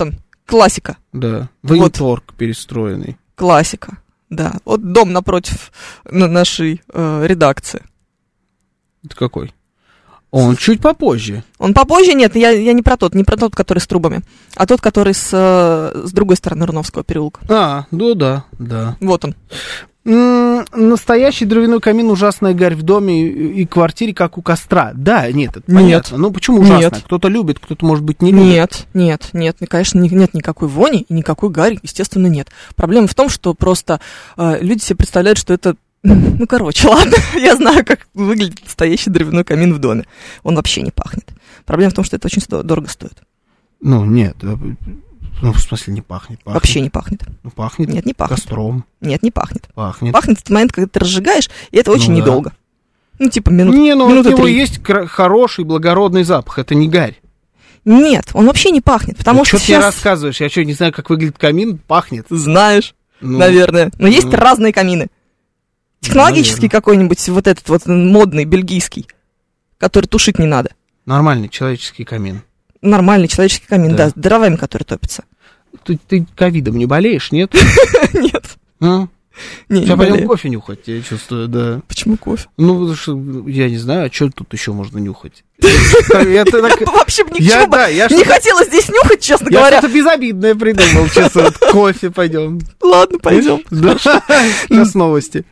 Классика. Да, военторг вот. Перестроенный. Классика, да. Вот дом напротив нашей э, редакции. Это какой? Он чуть попозже. Он попозже? Нет, я, я не про тот, не про тот, который с трубами, а тот, который с, с другой стороны Руновского переулка. А, ну да, да. Вот он. М-м, настоящий дровяной камин, ужасная гарь в доме и, и квартире, как у костра. Да, нет, это понятно. Нет. Ну почему ужасно? Нет. Кто-то любит, кто-то, может быть, не любит. Нет, нет, нет, конечно, нет никакой вони и никакой гари, естественно, нет. Проблема в том, что просто э, люди себе представляют, что это... Ну, короче, ладно, я знаю, как выглядит настоящий дровяной камин в доме. Он вообще не пахнет. Проблема в том, что это очень дорого стоит. Ну, нет, ну, в смысле не пахнет, пахнет. Вообще не пахнет. Ну, пахнет. Нет, не пахнет. Костром. Нет, не пахнет. Пахнет. Пахнет в тот момент, когда ты разжигаешь, и это очень ну, недолго. Да. Ну, типа минут, не, ну, минуты у него три. есть хороший, благородный запах, это не гарь. Нет, он вообще не пахнет, потому ну, что что сейчас... ты рассказываешь? Я что, не знаю, как выглядит камин, пахнет? Знаешь, ну, наверное. Но есть ну, разные камины. Технологический наверное. Какой-нибудь, вот этот вот модный, бельгийский, который тушить не надо. Нормальный человеческий камин. Нормальный человеческий камин, да, да с дровами, которые топятся. Ты, ты ковидом не болеешь, нет? Нет. А? Не, Сейчас пойдем кофе нюхать, я чувствую, да. Почему кофе? Ну, потому что, я не знаю, а что тут еще можно нюхать? Вообще бы ничего не хотела здесь нюхать, честно говоря. Я что-то безобидное придумал, сейчас вот кофе пойдем. Ладно, пойдем. Сейчас новости.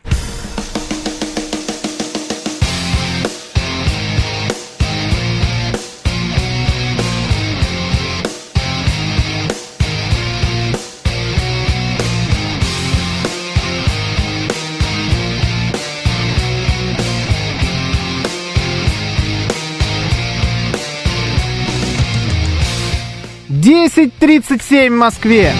десять тридцать семь в Москве.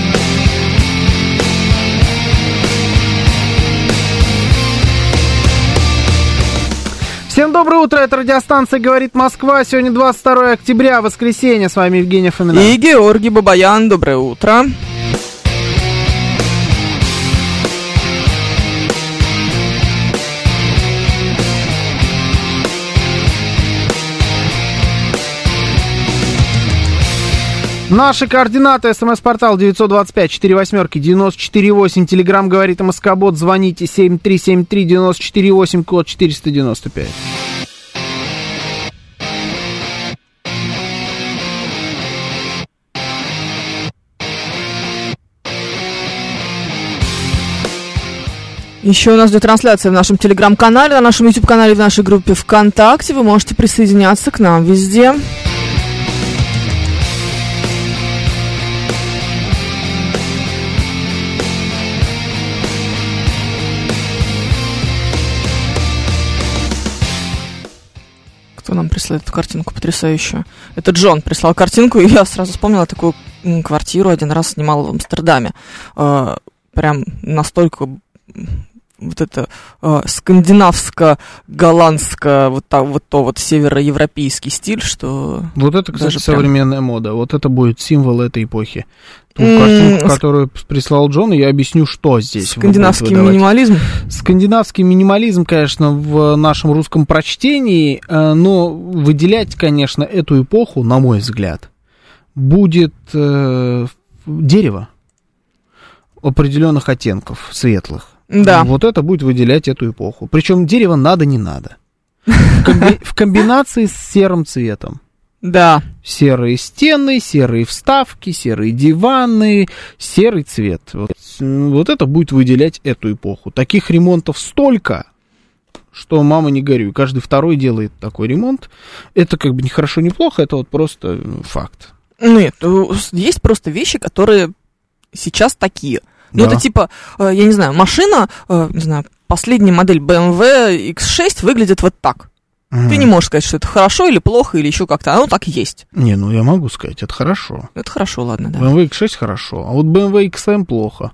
Всем доброе утро, это радиостанция «Говорит Москва». Сегодня двадцать второе октября, воскресенье. С вами Евгений Фомина. И Георгий Бабаян. Доброе утро. Наши координаты: смс-портал девять два пять четыре восемь девяносто четыре восемь, телеграмм «Говорит МСК-бот», звоните семь три семь три девяносто четыре восемь, код четыреста девяносто пять. Еще у нас идет трансляция в нашем телеграм-канале, на нашем YouTube-канале, в нашей группе ВКонтакте. Вы можете присоединяться к нам везде. Кто нам присылает эту картинку потрясающую? Это Джон прислал картинку, и я сразу вспомнила такую квартиру, один раз снимал в Амстердаме. Э, прям настолько вот это э, скандинавско-голландско, вот, так, вот то вот североевропейский стиль, что... Вот это, кстати, прям... современная мода. Вот это будет символ этой эпохи. Ту mm, картинку, которую прислал Джон, я объясню, что здесь. Скандинавский минимализм? Скандинавский минимализм, конечно, в нашем русском прочтении, но выделять, конечно, эту эпоху, на мой взгляд, будет э, дерево определенных оттенков, светлых. Да. Вот это будет выделять эту эпоху. Причем дерево надо, не надо. В, комби- в комбинации с серым цветом. Да. Серые стены, серые вставки, серые диваны, серый цвет. Вот, вот это будет выделять эту эпоху. Таких ремонтов столько, что мама не горюй. Каждый второй делает такой ремонт. Это как бы не хорошо, не плохо, это вот просто факт. Нет, есть просто вещи, которые сейчас такие. Ну, да. это типа, я не знаю, машина, не знаю, последняя модель бэ эм вэ икс шесть выглядит вот так. Mm. Ты не можешь сказать, что это хорошо или плохо, или еще как-то. Оно так и есть. Не, ну я могу сказать, это хорошо. Это хорошо, ладно, да. бэ эм вэ икс шесть хорошо, а вот бэ эм вэ икс эм плохо.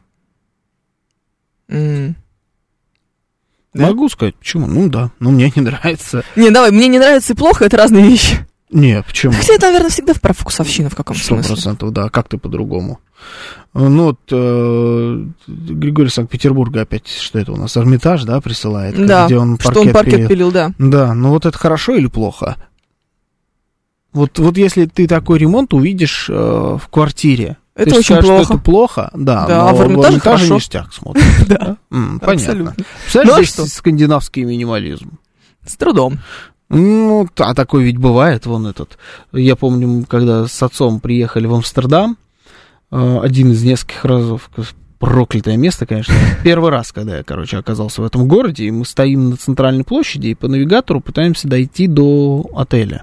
Mm. Могу да? сказать, почему? Ну да, но мне не нравится. Не, давай, мне не нравится и плохо, это разные вещи. Не, почему? Хотя это, наверное, всегда про вкусовщину в каком-то смысле. Сто процентов, да. Как ты по-другому? Ну, вот э, Григорий Санкт-Петербурга опять, что это у нас, Эрмитаж, да, присылает? Да, где он паркет, что он паркет пилил. пилил, да. Да, ну вот это хорошо или плохо? Вот, вот если ты такой ремонт увидишь э, в квартире, Это Ты очень скажешь, плохо. что это плохо, да, Да, но а в Эрмитаже Эрмитаже хорошо. ништяк смотрит. Да, М, Понятно. абсолютно. Представляешь, Ну, а здесь что? скандинавский минимализм. С трудом. Ну, а такой ведь бывает, вон этот. Я помню, когда с отцом приехали в Амстердам, э, один из нескольких разов, проклятое место, конечно, первый раз, когда я, короче, оказался в этом городе, и мы стоим на центральной площади, и по навигатору пытаемся дойти до отеля.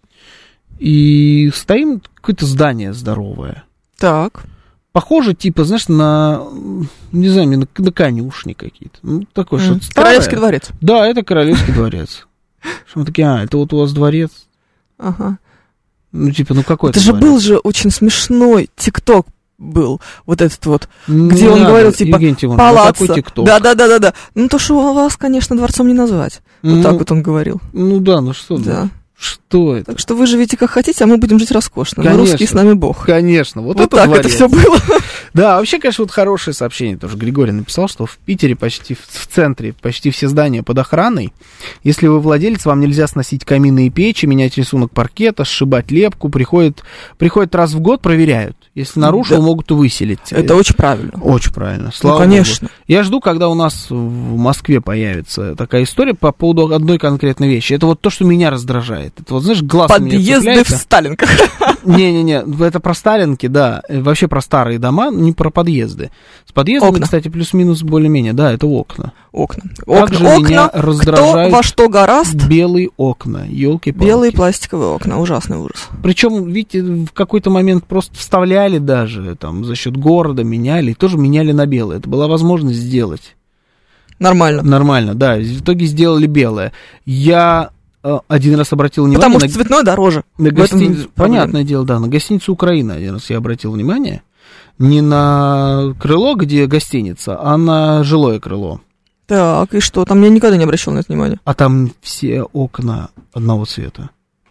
И стоим, какое-то здание здоровое. Так. Похоже, типа, знаешь, на, не знаю, на, на конюшни какие-то. Ну, такое что-то старое. Королевский дворец. Да, это Королевский дворец. Что мы такие, а, это вот у вас дворец? Ага. Ну, типа, ну какой Это же был же очень смешной ТикТок был, вот этот вот, Ну, где не он надо, говорил, типа, Евгений Тимонович, ну, палаца. какой ТикТок? Да-да-да-да-да. Ну, то, что вас, конечно, дворцом не назвать. Вот Ну, так вот он говорил. Ну да, ну что, Да. ну, что это? Так что вы живите как хотите, а мы будем жить роскошно. Мы Конечно. русские, с нами Бог. Конечно, вот, Вот это так дворец. это все было. Да, вообще, конечно, вот хорошее сообщение тоже Григорий написал, что в Питере почти в, в центре почти все здания под охраной. Если вы владелец, вам нельзя сносить камины и печи, менять рисунок паркета, сшибать лепку. Приходят, приходят раз в год, проверяют. Если нарушил, Да. могут выселить. тебя. Это очень правильно. Очень правильно. Слава Ну, конечно. Богу. Я жду, когда у нас в Москве появится такая история по поводу одной конкретной вещи. Это вот то, что меня раздражает. Это вот, знаешь, глаз у меня Подъезды в цепляется. Сталинках. Не-не-не, это про Сталинки, да. э, Вообще про старые дома, не про подъезды. С подъездами, Окна. кстати, плюс-минус более-менее, да, это окна. Окна. Также Окна, меня окна. раздражают Кто во что гораст. белые окна, елки-палки. Белые пластиковые окна. Ужасный ужас. Причем, видите, в какой-то момент просто вставляли даже, там, за счет города меняли, и тоже меняли на белые. Это была возможность сделать. Нормально. Нормально, да. В итоге сделали белое. Я э, один раз обратил внимание Потому на, что цветное дороже. на В этом гостиницу. проблема. Понятное дело, да, на гостиницу Украина один раз я обратил внимание. Не на крыло, где гостиница, а на жилое крыло. Так, и что? Там я никогда не обращал на это внимания. А там все окна одного цвета.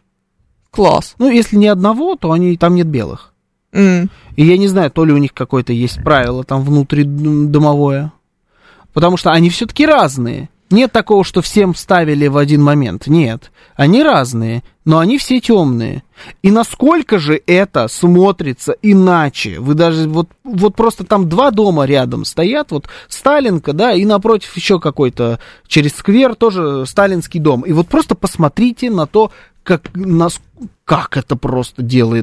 Класс. Ну, если не одного, то они, там нет белых. М. И я не знаю, то ли у них какое-то есть правило там внутридомовое. Потому что они все-таки разные. Нет такого, что всем ставили в один момент. Нет. Они разные, но они все темные. И насколько же это смотрится иначе? Вы даже вот, вот просто там два дома рядом стоят, вот Сталинка, да, и напротив еще какой-то через сквер тоже сталинский дом. И вот просто посмотрите на то, как, нас, как это просто делает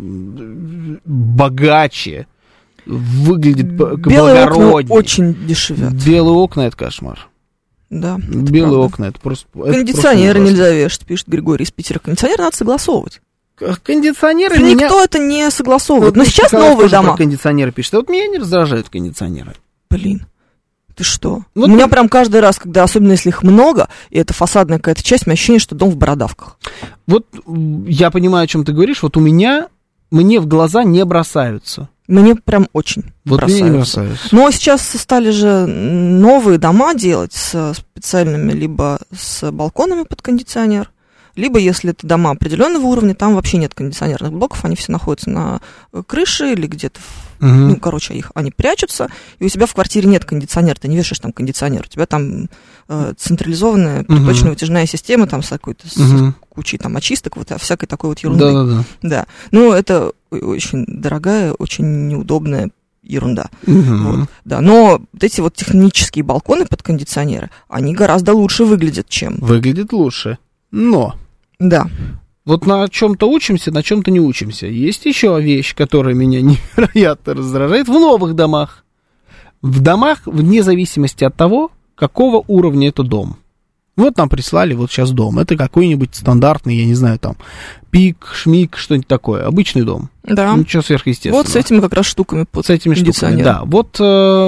дом богаче, выглядит Белые окна благороднее. очень дешевят. Белые окна — это кошмар. Да. это Белые правда. окна — это просто... это Кондиционеры просто нельзя вешать, пишет Григорий из Питера. Кондиционер надо согласовывать. ужасно. Кондиционеры Никто меня... это не согласовывает. Вот Но Миша сейчас Николаев новые тоже про дома. кондиционеры пишет. А вот меня не раздражают кондиционеры. Блин. Ты что? Вот У меня ты- прям каждый раз, когда, особенно если их много, и это фасадная какая-то часть, у меня ощущение, что дом в бородавках. Вот м, я понимаю, о чем ты говоришь. Вот у меня... Мне в глаза не бросаются. Мне прям очень Вот мне не бросаются. бросаются. Но сейчас стали же новые дома делать с специальными, либо с балконами под кондиционер, либо, если это дома определенного уровня, там вообще нет кондиционерных блоков, они все находятся на крыше или где-то, в- Мгм. ну, короче, их, они прячутся, и у тебя в квартире нет кондиционера, ты не вешаешь там кондиционер, у тебя там э, централизованная приточно-вытяжная система, там с какой-то, с Мгм. кучей там очисток, вот, а всякой такой вот ерунды. Да-да-да. Да. Ну, это очень дорогая, очень неудобная ерунда. Мгм. Вот, да, но вот эти вот технические балконы под кондиционеры, они гораздо лучше выглядят, чем... Выглядит лучше. Но... Да. Вот на чем-то учимся, на чем-то не учимся. Есть еще вещь, которая меня невероятно раздражает в новых домах. В домах, вне зависимости от того, какого уровня это дом. Вот нам прислали вот сейчас дом. Это какой-нибудь стандартный, я не знаю, там, пик, шмик, что-нибудь такое. Обычный дом. Да. Ничего сверхъестественного. Вот с этими как раз штуками под с этими штуками, кондиционером. да. Вот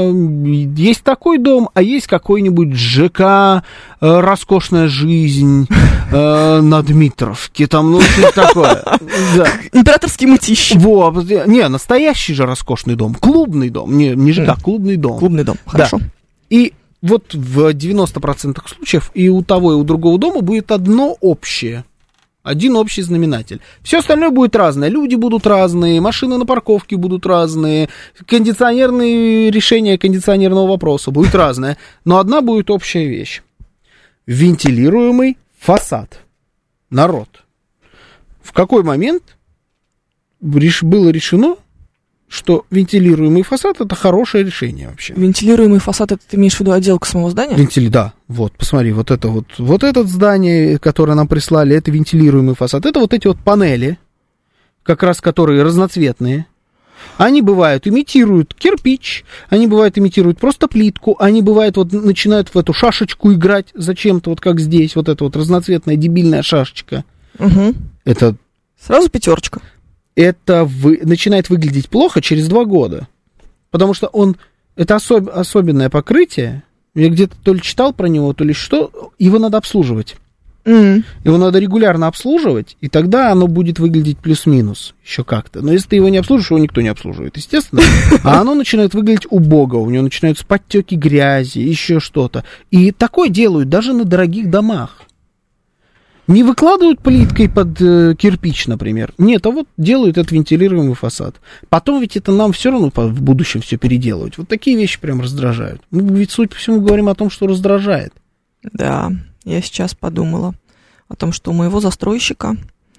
э, есть такой дом, а есть какой-нибудь ЖК, э, роскошная жизнь э, на Дмитровке, там, ну, что-то такое. Да. Императорский мытищ. Во, не, настоящий же роскошный дом, клубный дом, не, не ЖК, клубный дом. Клубный дом. Хорошо. И вот в девяноста процентах случаев и у того, и у другого дома будет одно общее. Один общий знаменатель. Все остальное будет разное. Люди будут разные, машины на парковке будут разные, кондиционерные решения кондиционерного вопроса будут разные. Но одна будет общая вещь. Вентилируемый фасад. Народ. В какой момент реш- было решено что вентилируемый фасад — это хорошее решение вообще. Вентилируемый фасад, это ты имеешь в виду отделку самого здания? Вентили, да. Вот, посмотри, вот это вот, вот это здание, которое нам прислали, это вентилируемый фасад. Это вот эти вот панели, как раз которые разноцветные. Они бывают имитируют кирпич, они бывают имитируют просто плитку, они бывают вот начинают в эту шашечку играть зачем-то, вот как здесь, вот эта вот разноцветная дебильная шашечка. Угу. Это... Сразу пятерочка. Это вы... начинает выглядеть плохо через два года, потому что он... Это особ... особенное покрытие, я где-то то ли читал про него, то ли что, его надо обслуживать. Mm. Его надо регулярно обслуживать, и тогда оно будет выглядеть плюс-минус еще как-то. Но если ты его не обслуживаешь, его никто не обслуживает, естественно. А оно начинает выглядеть убого, у него начинаются подтеки грязи, еще что-то. И такое делают даже на дорогих домах. Не выкладывают плиткой под э, кирпич, например. Нет, а вот делают этот вентилируемый фасад. Потом ведь это нам все равно в будущем все переделывать. Вот такие вещи прям раздражают. Мы ведь, судя по всему, говорим о том, что раздражает. Да. Я сейчас подумала о том, что у моего застройщика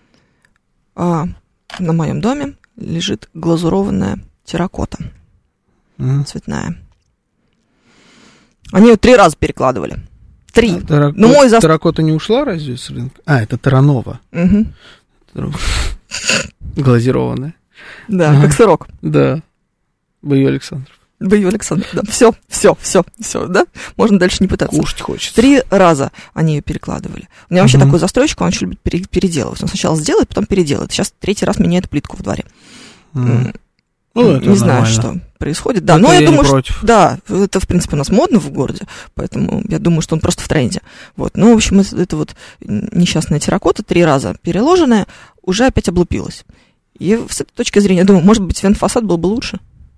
а, на моем доме лежит глазурованная терракота. Mm. Цветная. Они ее три раза перекладывали. Три. А, терракот, Но мой застр... терракота не ушла разве с рынка? А, это Таранова. Угу. Глазированная. Да, а, как сырок. Да. Бою Александров. Бою Александр, да. Все, все, все, все, да? Можно дальше не пытаться. Кушать хочется. Три раза они ее перекладывали. У меня вообще uh-huh. такой застройщик, он очень любит пере- переделывать. Он сначала сделает, потом переделает. Сейчас третий раз меняет плитку во дворе. Uh-huh. Ну, это не знаю, что происходит. Да, это но я, я думаю, что да, это, в принципе, у нас модно в городе, поэтому я думаю, что он просто в тренде. Вот. Ну, в общем, это, это вот несчастная терракота, три раза переложенная, уже опять облупилась. И с этой точки зрения, я думаю, может быть, вент-фасад был бы лучше.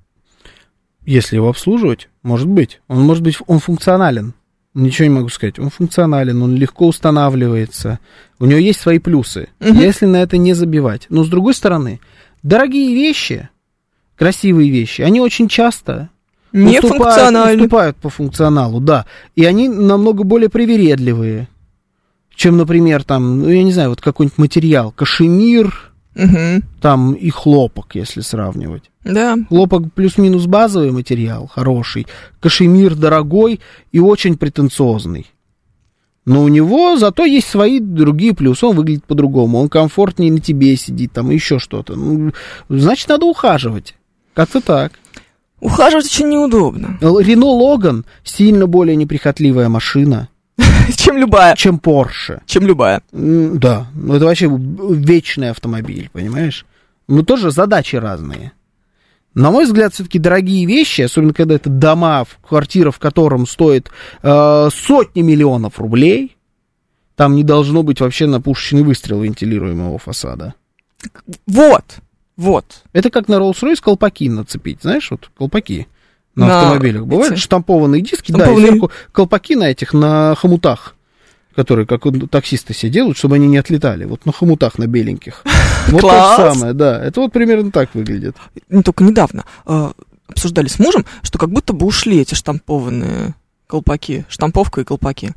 Если его обслуживать, может быть. Он может быть, он функционален. Ничего не могу сказать. Он функционален, он легко устанавливается. У него есть свои плюсы, угу. если на это не забивать. Но, с другой стороны, дорогие вещи, красивые вещи, они очень часто не уступают, уступают по функционалу, да. И они намного более привередливые, чем, например, там, ну, я не знаю, вот какой-нибудь материал, кашемир, угу. там и хлопок, если сравнивать. Да. Хлопок плюс-минус базовый материал, хороший. Кашемир дорогой и очень претенциозный. Но у него зато есть свои другие плюсы. Он выглядит по-другому. Он комфортнее на тебе сидит, там еще что-то. Ну, значит, надо ухаживать. Как-то так. Ухаживать очень неудобно. Рено Логан сильно более неприхотливая машина. Чем любая. Чем Порше. Чем любая. Да. Ну, это вообще вечный автомобиль, понимаешь? Ну, тоже задачи разные. На мой взгляд, все-таки дорогие вещи, особенно когда это дома, квартира, в котором стоит э, сотни миллионов рублей, там не должно быть вообще на пушечный выстрел вентилируемого фасада. Вот, вот. Это как на Rolls-Royce колпаки нацепить, знаешь, вот колпаки на, на автомобилях. Бывают эти... штампованные диски, штампованные... да, и сверху колпаки на этих, на хомутах, которые, как у таксисты себе делают, чтобы они не отлетали. Вот на хомутах, на беленьких. Вот Класс. То же самое, да. Это вот примерно так выглядит. Не только недавно э, обсуждали с мужем, что как будто бы ушли эти штампованные колпаки. Штамповка и колпаки.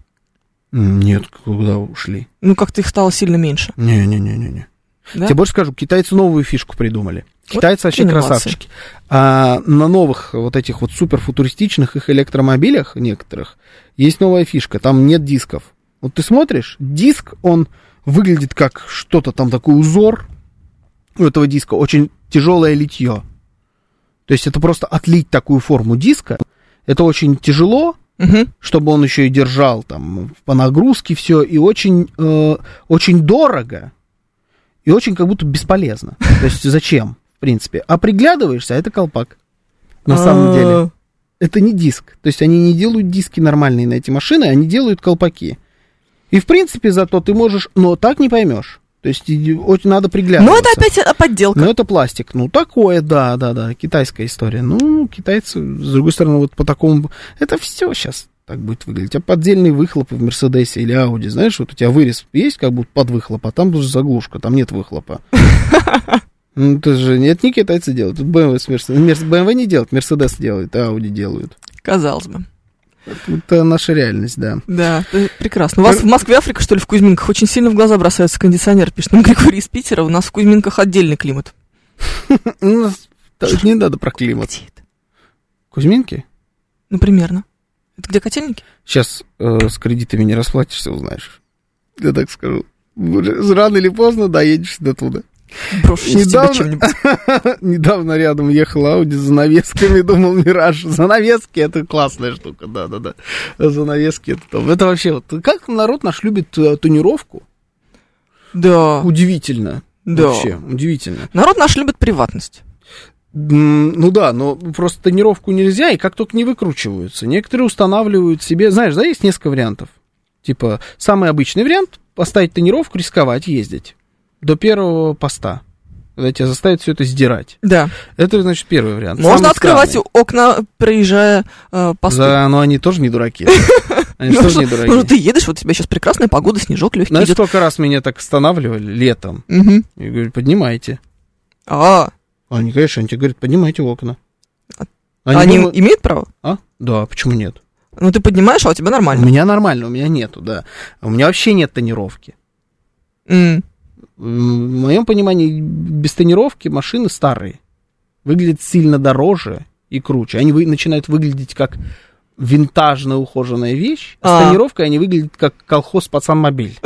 Нет, куда ушли? Ну, как-то их стало сильно меньше. Не-не-не-не. Да? Тебе больше скажу, китайцы новую фишку придумали. Китайцы вот вообще красавчики. А на новых вот этих вот суперфутуристичных их электромобилях некоторых есть новая фишка. Там нет дисков. Вот ты смотришь, диск, он выглядит как что-то там, такой узор у этого диска, очень тяжелое литье. То есть это просто отлить такую форму диска, это очень тяжело, угу. чтобы он еще и держал там по нагрузке все, и очень, э, очень дорого, и очень как будто бесполезно. То есть зачем, в принципе? А приглядываешься, а это колпак. На самом деле. Это не диск. То есть они не делают диски нормальные на эти машины, они делают колпаки. И, в принципе, зато ты можешь... Но так не поймешь. То есть очень надо приглядываться. Ну, это опять подделка. Ну, это пластик. Ну, такое, да, да, да. Китайская история. Ну, китайцы, с другой стороны, вот по такому... Это все сейчас так будет выглядеть. А поддельные выхлопы в Мерседесе или Ауди, знаешь, вот у тебя вырез есть как будто под выхлоп, а там тоже заглушка, там нет выхлопа. Ну, это же... Это не китайцы делают. Тут бэ эм вэ с Мерседес... бэ эм вэ не делает, Мерседес делает, а Ауди делают. Казалось бы. Это наша реальность, да. Да, прекрасно. У вас в Москве, Африка, что ли, в Кузьминках? Очень сильно в глаза бросаются кондиционеры, пишет нам Григорий из Питера. У нас в Кузьминках отдельный климат. У нас Так не надо про климат. Где это? Кузьминки? Ну, примерно. Это где котельники? Сейчас э, с кредитами не расплатишься, узнаешь. Я так скажу. Рано или поздно доедешь до туда. Брошу недавно, тебя чем-нибудь. Недавно рядом ехал Ауди с занавесками, думал, Мираж. Занавески — это классная штука, да-да-да. Занавески — это там. Это вообще вот... Как народ наш любит тонировку? Да. Удивительно. Да. Вообще, удивительно. Народ наш любит приватность. Ну да, но просто тонировку нельзя, и как только не выкручиваются. Некоторые устанавливают себе... Знаешь, да, есть несколько вариантов. Типа, самый обычный вариант — поставить тонировку, рисковать, ездить. До первого поста. Когда тебя заставят все это сдирать. Да. Это, значит, первый вариант. Можно Самый открывать странный. окна, проезжая э, посты. Да, но они тоже не дураки. Они Ну, тоже что- не дураки. ну, ты едешь, вот у тебя сейчас прекрасная погода, снежок легкий Знаешь, идет. сколько раз меня так останавливали летом? Мгм. Я говорю, поднимайте. А, Они, конечно, они тебе говорят, поднимайте окна. они думают- имеют право? А? Да, почему нет? Ну, ты поднимаешь, а у тебя У нормально. меня нормально, у меня нету, да. У меня вообще нет тонировки. М. В моем понимании, без тонировки машины старые. Выглядят сильно дороже и круче. Они вы, начинают выглядеть как винтажная ухоженная вещь, а с А. тонировкой они выглядят как колхоз пацан-мобиль.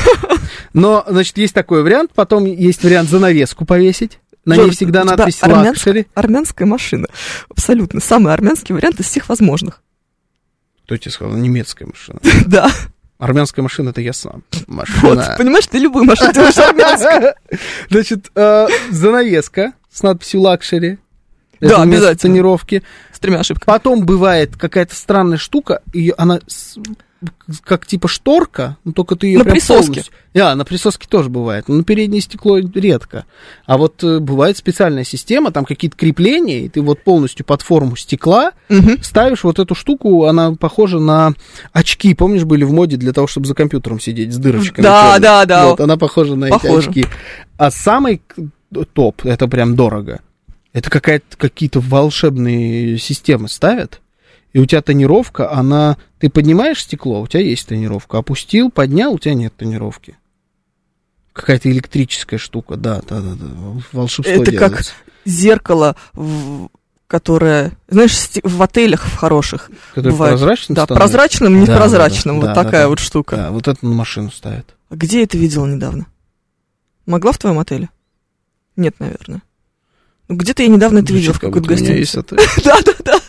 Но, значит, есть такой вариант. Потом есть вариант занавеску повесить. На ней Джон, всегда у тебя надпись армянск- «Лакшери». Армянская машина. Абсолютно. Самый армянский вариант из всех возможных. Кто тебе сказал? Немецкая машина. Да. Армянская машина — это я сам. Вот, Машина. понимаешь, ты любую машину делаешь армянскую. Значит, э, занавеска с надписью «Лакшери». Да, Это вместо обязательно. тонировки. С тремя ошибками. Потом бывает какая-то странная штука, и она с- как типа шторка, но только ты ее На прям присоске. полностью- Да, на присоске тоже бывает, но на переднее стекло редко. А вот э, бывает специальная система, там какие-то крепления, и ты вот полностью под форму стекла Мгм. ставишь вот эту штуку, она похожа на очки, помнишь, были в моде для того, чтобы за компьютером сидеть с дырочками. Да, чёрными? да, да. Вот, она похожа на Похоже. эти очки. А самый к- топ, это прям дорого, это какая-то, какие-то волшебные системы ставят, и у тебя тонировка, она... Ты поднимаешь стекло, у тебя есть тонировка, опустил, поднял, у тебя нет тонировки. Какая-то электрическая штука, да, да, да, да. Волшебство Это как делается. зеркало, в- которое, знаешь, сти- в отелях в хороших Который бывает. прозрачным Да, становится? прозрачным, Да, непрозрачным. да, да, Вот да, такая да, вот штука. Да, вот это на машину ставят. А где это видела недавно? Могла в твоем отеле? Нет, наверное. Ну, где-то я недавно это видела в Звучит, как какой-то будто у меня есть гостинице. это. Да, да, да.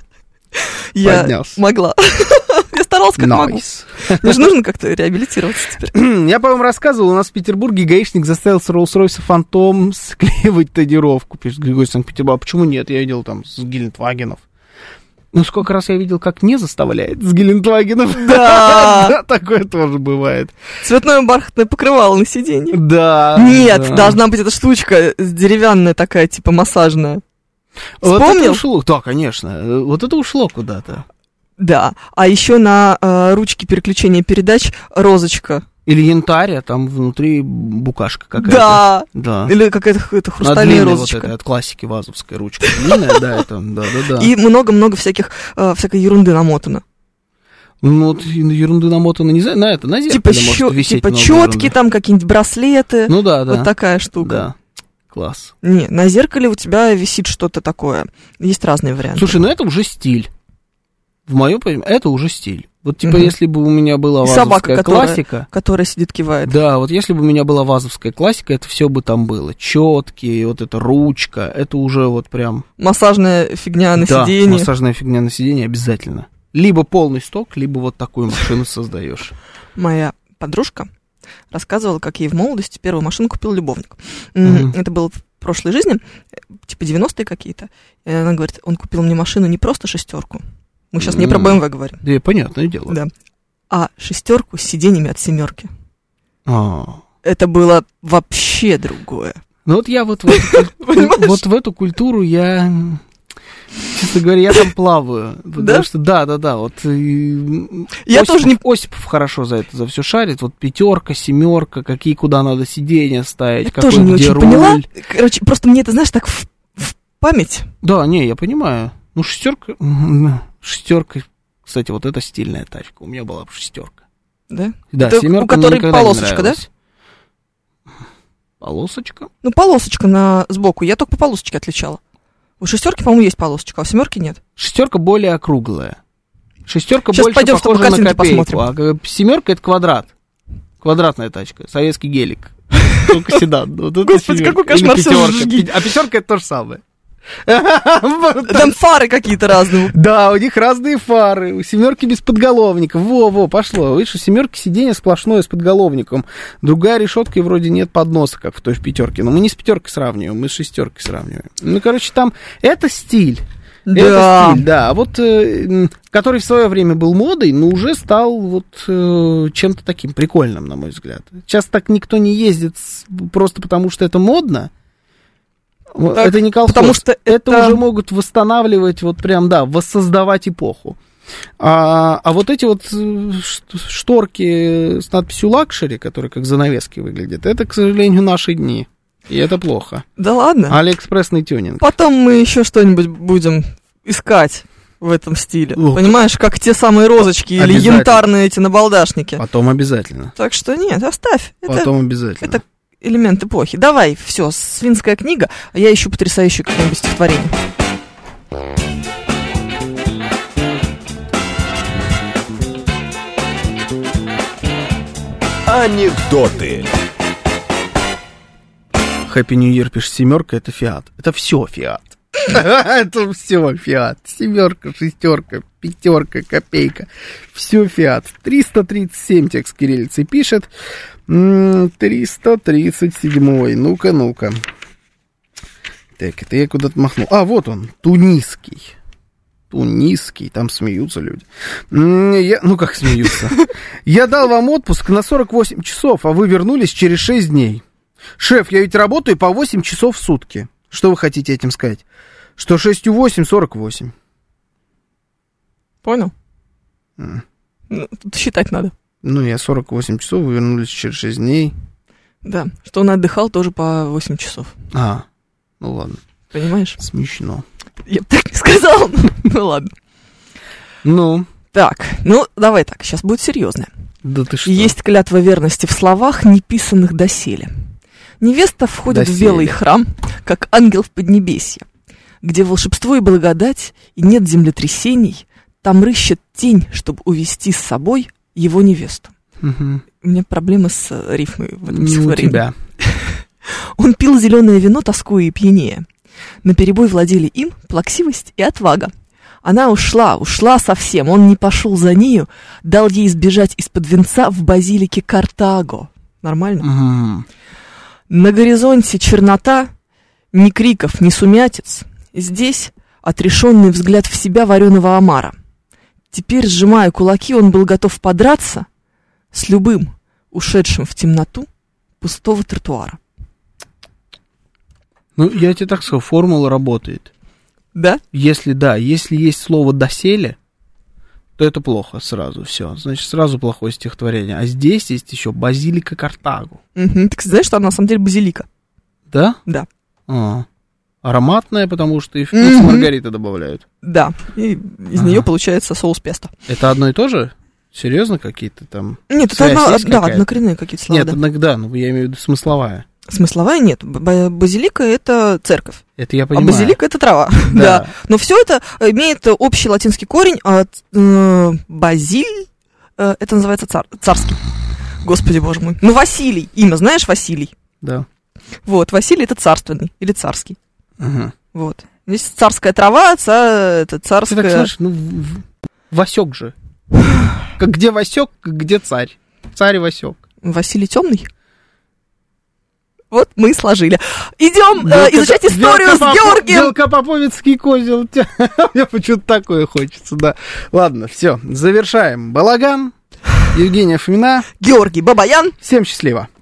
Я Поднялся. могла. Я старалась как могу. Nice. Мне же нужно как-то реабилитироваться теперь. Я, по-моему, рассказывал, у нас в Петербурге гаишник заставил с Роллс-Ройса Фантом склеивать тонировку, пишет Григорий Санкт-Петербург. А почему нет? Я видел там с Гелендвагенов. Ну, сколько раз я видел, как не заставляет с Гелендвагенов. Да. Такое тоже бывает. Цветное бархатное покрывало на сиденье. Да. Нет, да. должна быть эта штучка деревянная такая, типа массажная. Вот это Вспомнил? ушло. Да, конечно. Вот это ушло куда-то. Да. А еще на э, ручке переключения передач розочка. Или янтарь, а там внутри букашка какая-то. Да. Да. Или какая-то это На хрустальная длинной вот розочка. этой, от классики вазовская ручка. Длинная, да, это, да-да-да. И много-много всяких, э, всякой ерунды намотано. Ну, вот ерунды намотаны, не знаю, на это, на зеркале Типа, может чё- висеть типа много четки, ерунды. там какие-нибудь браслеты. Ну да, да. Вот такая штука. Да, класс. Не, на зеркале у тебя висит что-то такое. Есть разные варианты. Слушай, ну это уже стиль. В моем понимании, это уже стиль. Вот типа, Мгм. если бы у меня была И вазовская собака, которая- классика... Которая сидит, кивает. Да, вот если бы у меня была вазовская классика, это все бы там было. Четкие, вот эта ручка, это уже вот прям... Массажная фигня на да, сиденье. массажная фигня на сиденье обязательно. Либо полный сток, либо вот такую машину создаешь. Моя подружка рассказывала, как ей в молодости первую машину купил любовник. М, Мгм. Это было в прошлой жизни, э, типа девяностые какие-то. И она говорит, он купил мне машину не просто шестерку. Мы сейчас не про М. бэ эм вэ говорим. Да, понятное дело. Да. А шестерку с сиденьями от семерки. А. Это было вообще другое. Ну вот я вот в эту, Понимаешь? вот в эту культуру я, честно говоря, я там плаваю. Потому Да? что да, да, да, вот и Я Осипов, тоже не- Осипов хорошо за это, за все шарит. Вот пятерка, семерка, какие куда надо сиденья ставить, Я какой тоже не где очень руль. поняла. Короче, просто мне это, знаешь, так в, в память. Да, не, я понимаю. Ну, шестерка, шестерка, кстати, вот это стильная тачка. У меня была шестерка. Да? Да, Это у семерка мне которой никогда не полосочка, да? нравилась. Полосочка? Ну, полосочка на сбоку. Я только по полосочке отличала. У шестерки, по-моему, есть полосочка, а у семерки нет. Шестерка более округлая. Шестерка Сейчас больше пойдем, похожа чтобы на копейку. посмотрим. А семерка это квадрат. Квадратная тачка. Советский гелик. Только седан. Вот это Господи, семерка. какой кошмар, Или всё пятерка. жги. А пятерка это то же самое. Там фары какие-то разные. Да, у них разные фары. У семерки без подголовника. Во-во, пошло. Видишь, у семерки сиденье сплошное с подголовником. Другая решетка, и вроде нет подноса, как в той же пятерке. Но мы не с пятеркой сравниваем, мы с шестеркой сравниваем. Ну, короче, там это стиль. Да. Это стиль, да. А вот, э, который в свое время был модой, но уже стал вот э, чем-то таким прикольным, на мой взгляд. Сейчас так никто не ездит просто потому, что это модно. Так, это не колхоз. Потому что это... это уже могут восстанавливать, вот прям, да, воссоздавать эпоху. А, а вот эти вот шторки с надписью «Лакшери», которые как занавески выглядят, это, к сожалению, наши дни. И это плохо. Да ладно? Алиэкспрессный тюнинг. Потом мы еще что-нибудь будем искать в этом стиле. Ох. Понимаешь, как те самые розочки или янтарные эти набалдашники. Потом обязательно. Так что нет, оставь. Потом это, обязательно. Это элемент эпохи. Давай, все, свинская книга, а я ищу потрясающее какое-нибудь стихотворение. Анекдоты. Happy New Year пишет семерка, это Фиат. Это все Фиат. Это все Фиат. Семерка, шестерка, пятерка, копейка. Все Фиат. триста тридцать семь текст кириллицей пишет. триста тридцать семь. Ну-ка, ну-ка. Так, это я куда-то махнул. А, вот он, тунисский. Тунисский, там смеются люди. Я, ну, как смеются? Я дал вам отпуск на сорок восемь часов, а вы вернулись через шесть дней. Шеф, я ведь работаю по восемь часов в сутки. Что вы хотите этим сказать? Что шестью восемь, сорок восемь. Понял? Mm. Ну, тут считать надо. Ну, я сорок восемь часов, вы вернулись через шесть дней. Да, что он отдыхал тоже по восемь часов. А, ну ладно. Понимаешь? Смешно. Я бы так не сказал. Ну ладно. Ну. Так, ну давай так, сейчас будет серьезно. Да ты что? Есть клятва верности в словах, не писанных доселе. Невеста входит доселе. в белый храм, как ангел в поднебесье, где волшебство и благодать, и нет землетрясений, там рыщет тень, чтобы увести с собой его невесту. Угу. У меня проблемы с рифмой в этом Не стихотворении. у тебя. Он пил зеленое вино, тоскуя и пьянее. Наперебой владели им плаксивость и отвага. Она ушла, ушла совсем, он не пошел за нею, дал ей сбежать из-под венца в базилике Картаго. Нормально? Угу. На горизонте чернота, ни криков, ни сумятиц. Здесь отрешенный взгляд в себя вареного омара. Теперь, сжимая кулаки, он был готов подраться с любым, ушедшим в темноту пустого тротуара. Ну, я тебе так скажу, формула работает. Да? Если, да, если есть слово «доселе», то это плохо сразу, все. Значит, сразу плохое стихотворение. А здесь есть еще базилика Картаго. Угу. Ты знаешь, что она на самом деле базилика? Да? Да. А, ароматная, потому что и в Мгм. пиццу маргарита добавляют. Да. И из Ага. нее получается соус песто. Это одно и то же? Серьезно, какие-то там? Нет, это Связь одно, есть да, какая-то? однокоренные какие-то слова. Нет, да. иногда, ну, я имею в виду смысловая. Смысловая нет. Б- Базилика — это церковь, Это я а понимаю. базилика — это трава. Да. Да. Но все это имеет общий латинский корень от э, базиль, э, это называется цар, царский. Господи боже мой. Ну, Василий, имя, знаешь, Василий? Да. Вот, Василий — это царственный или царский. Ага. Вот. Здесь царская трава, ца, это Ты царская... так слышишь, ну, в- в- Васек же. Как где Васек, где царь. Царь Васек. Василий Темный? Вот мы и сложили. Идем э, изучать историю с Георгием. Велкопоповицкий козел. Мне почему-то такое хочется, да. Ладно, все, завершаем. Балаган. Евгения Фомина. Георгий Бабаян. Всем счастливо.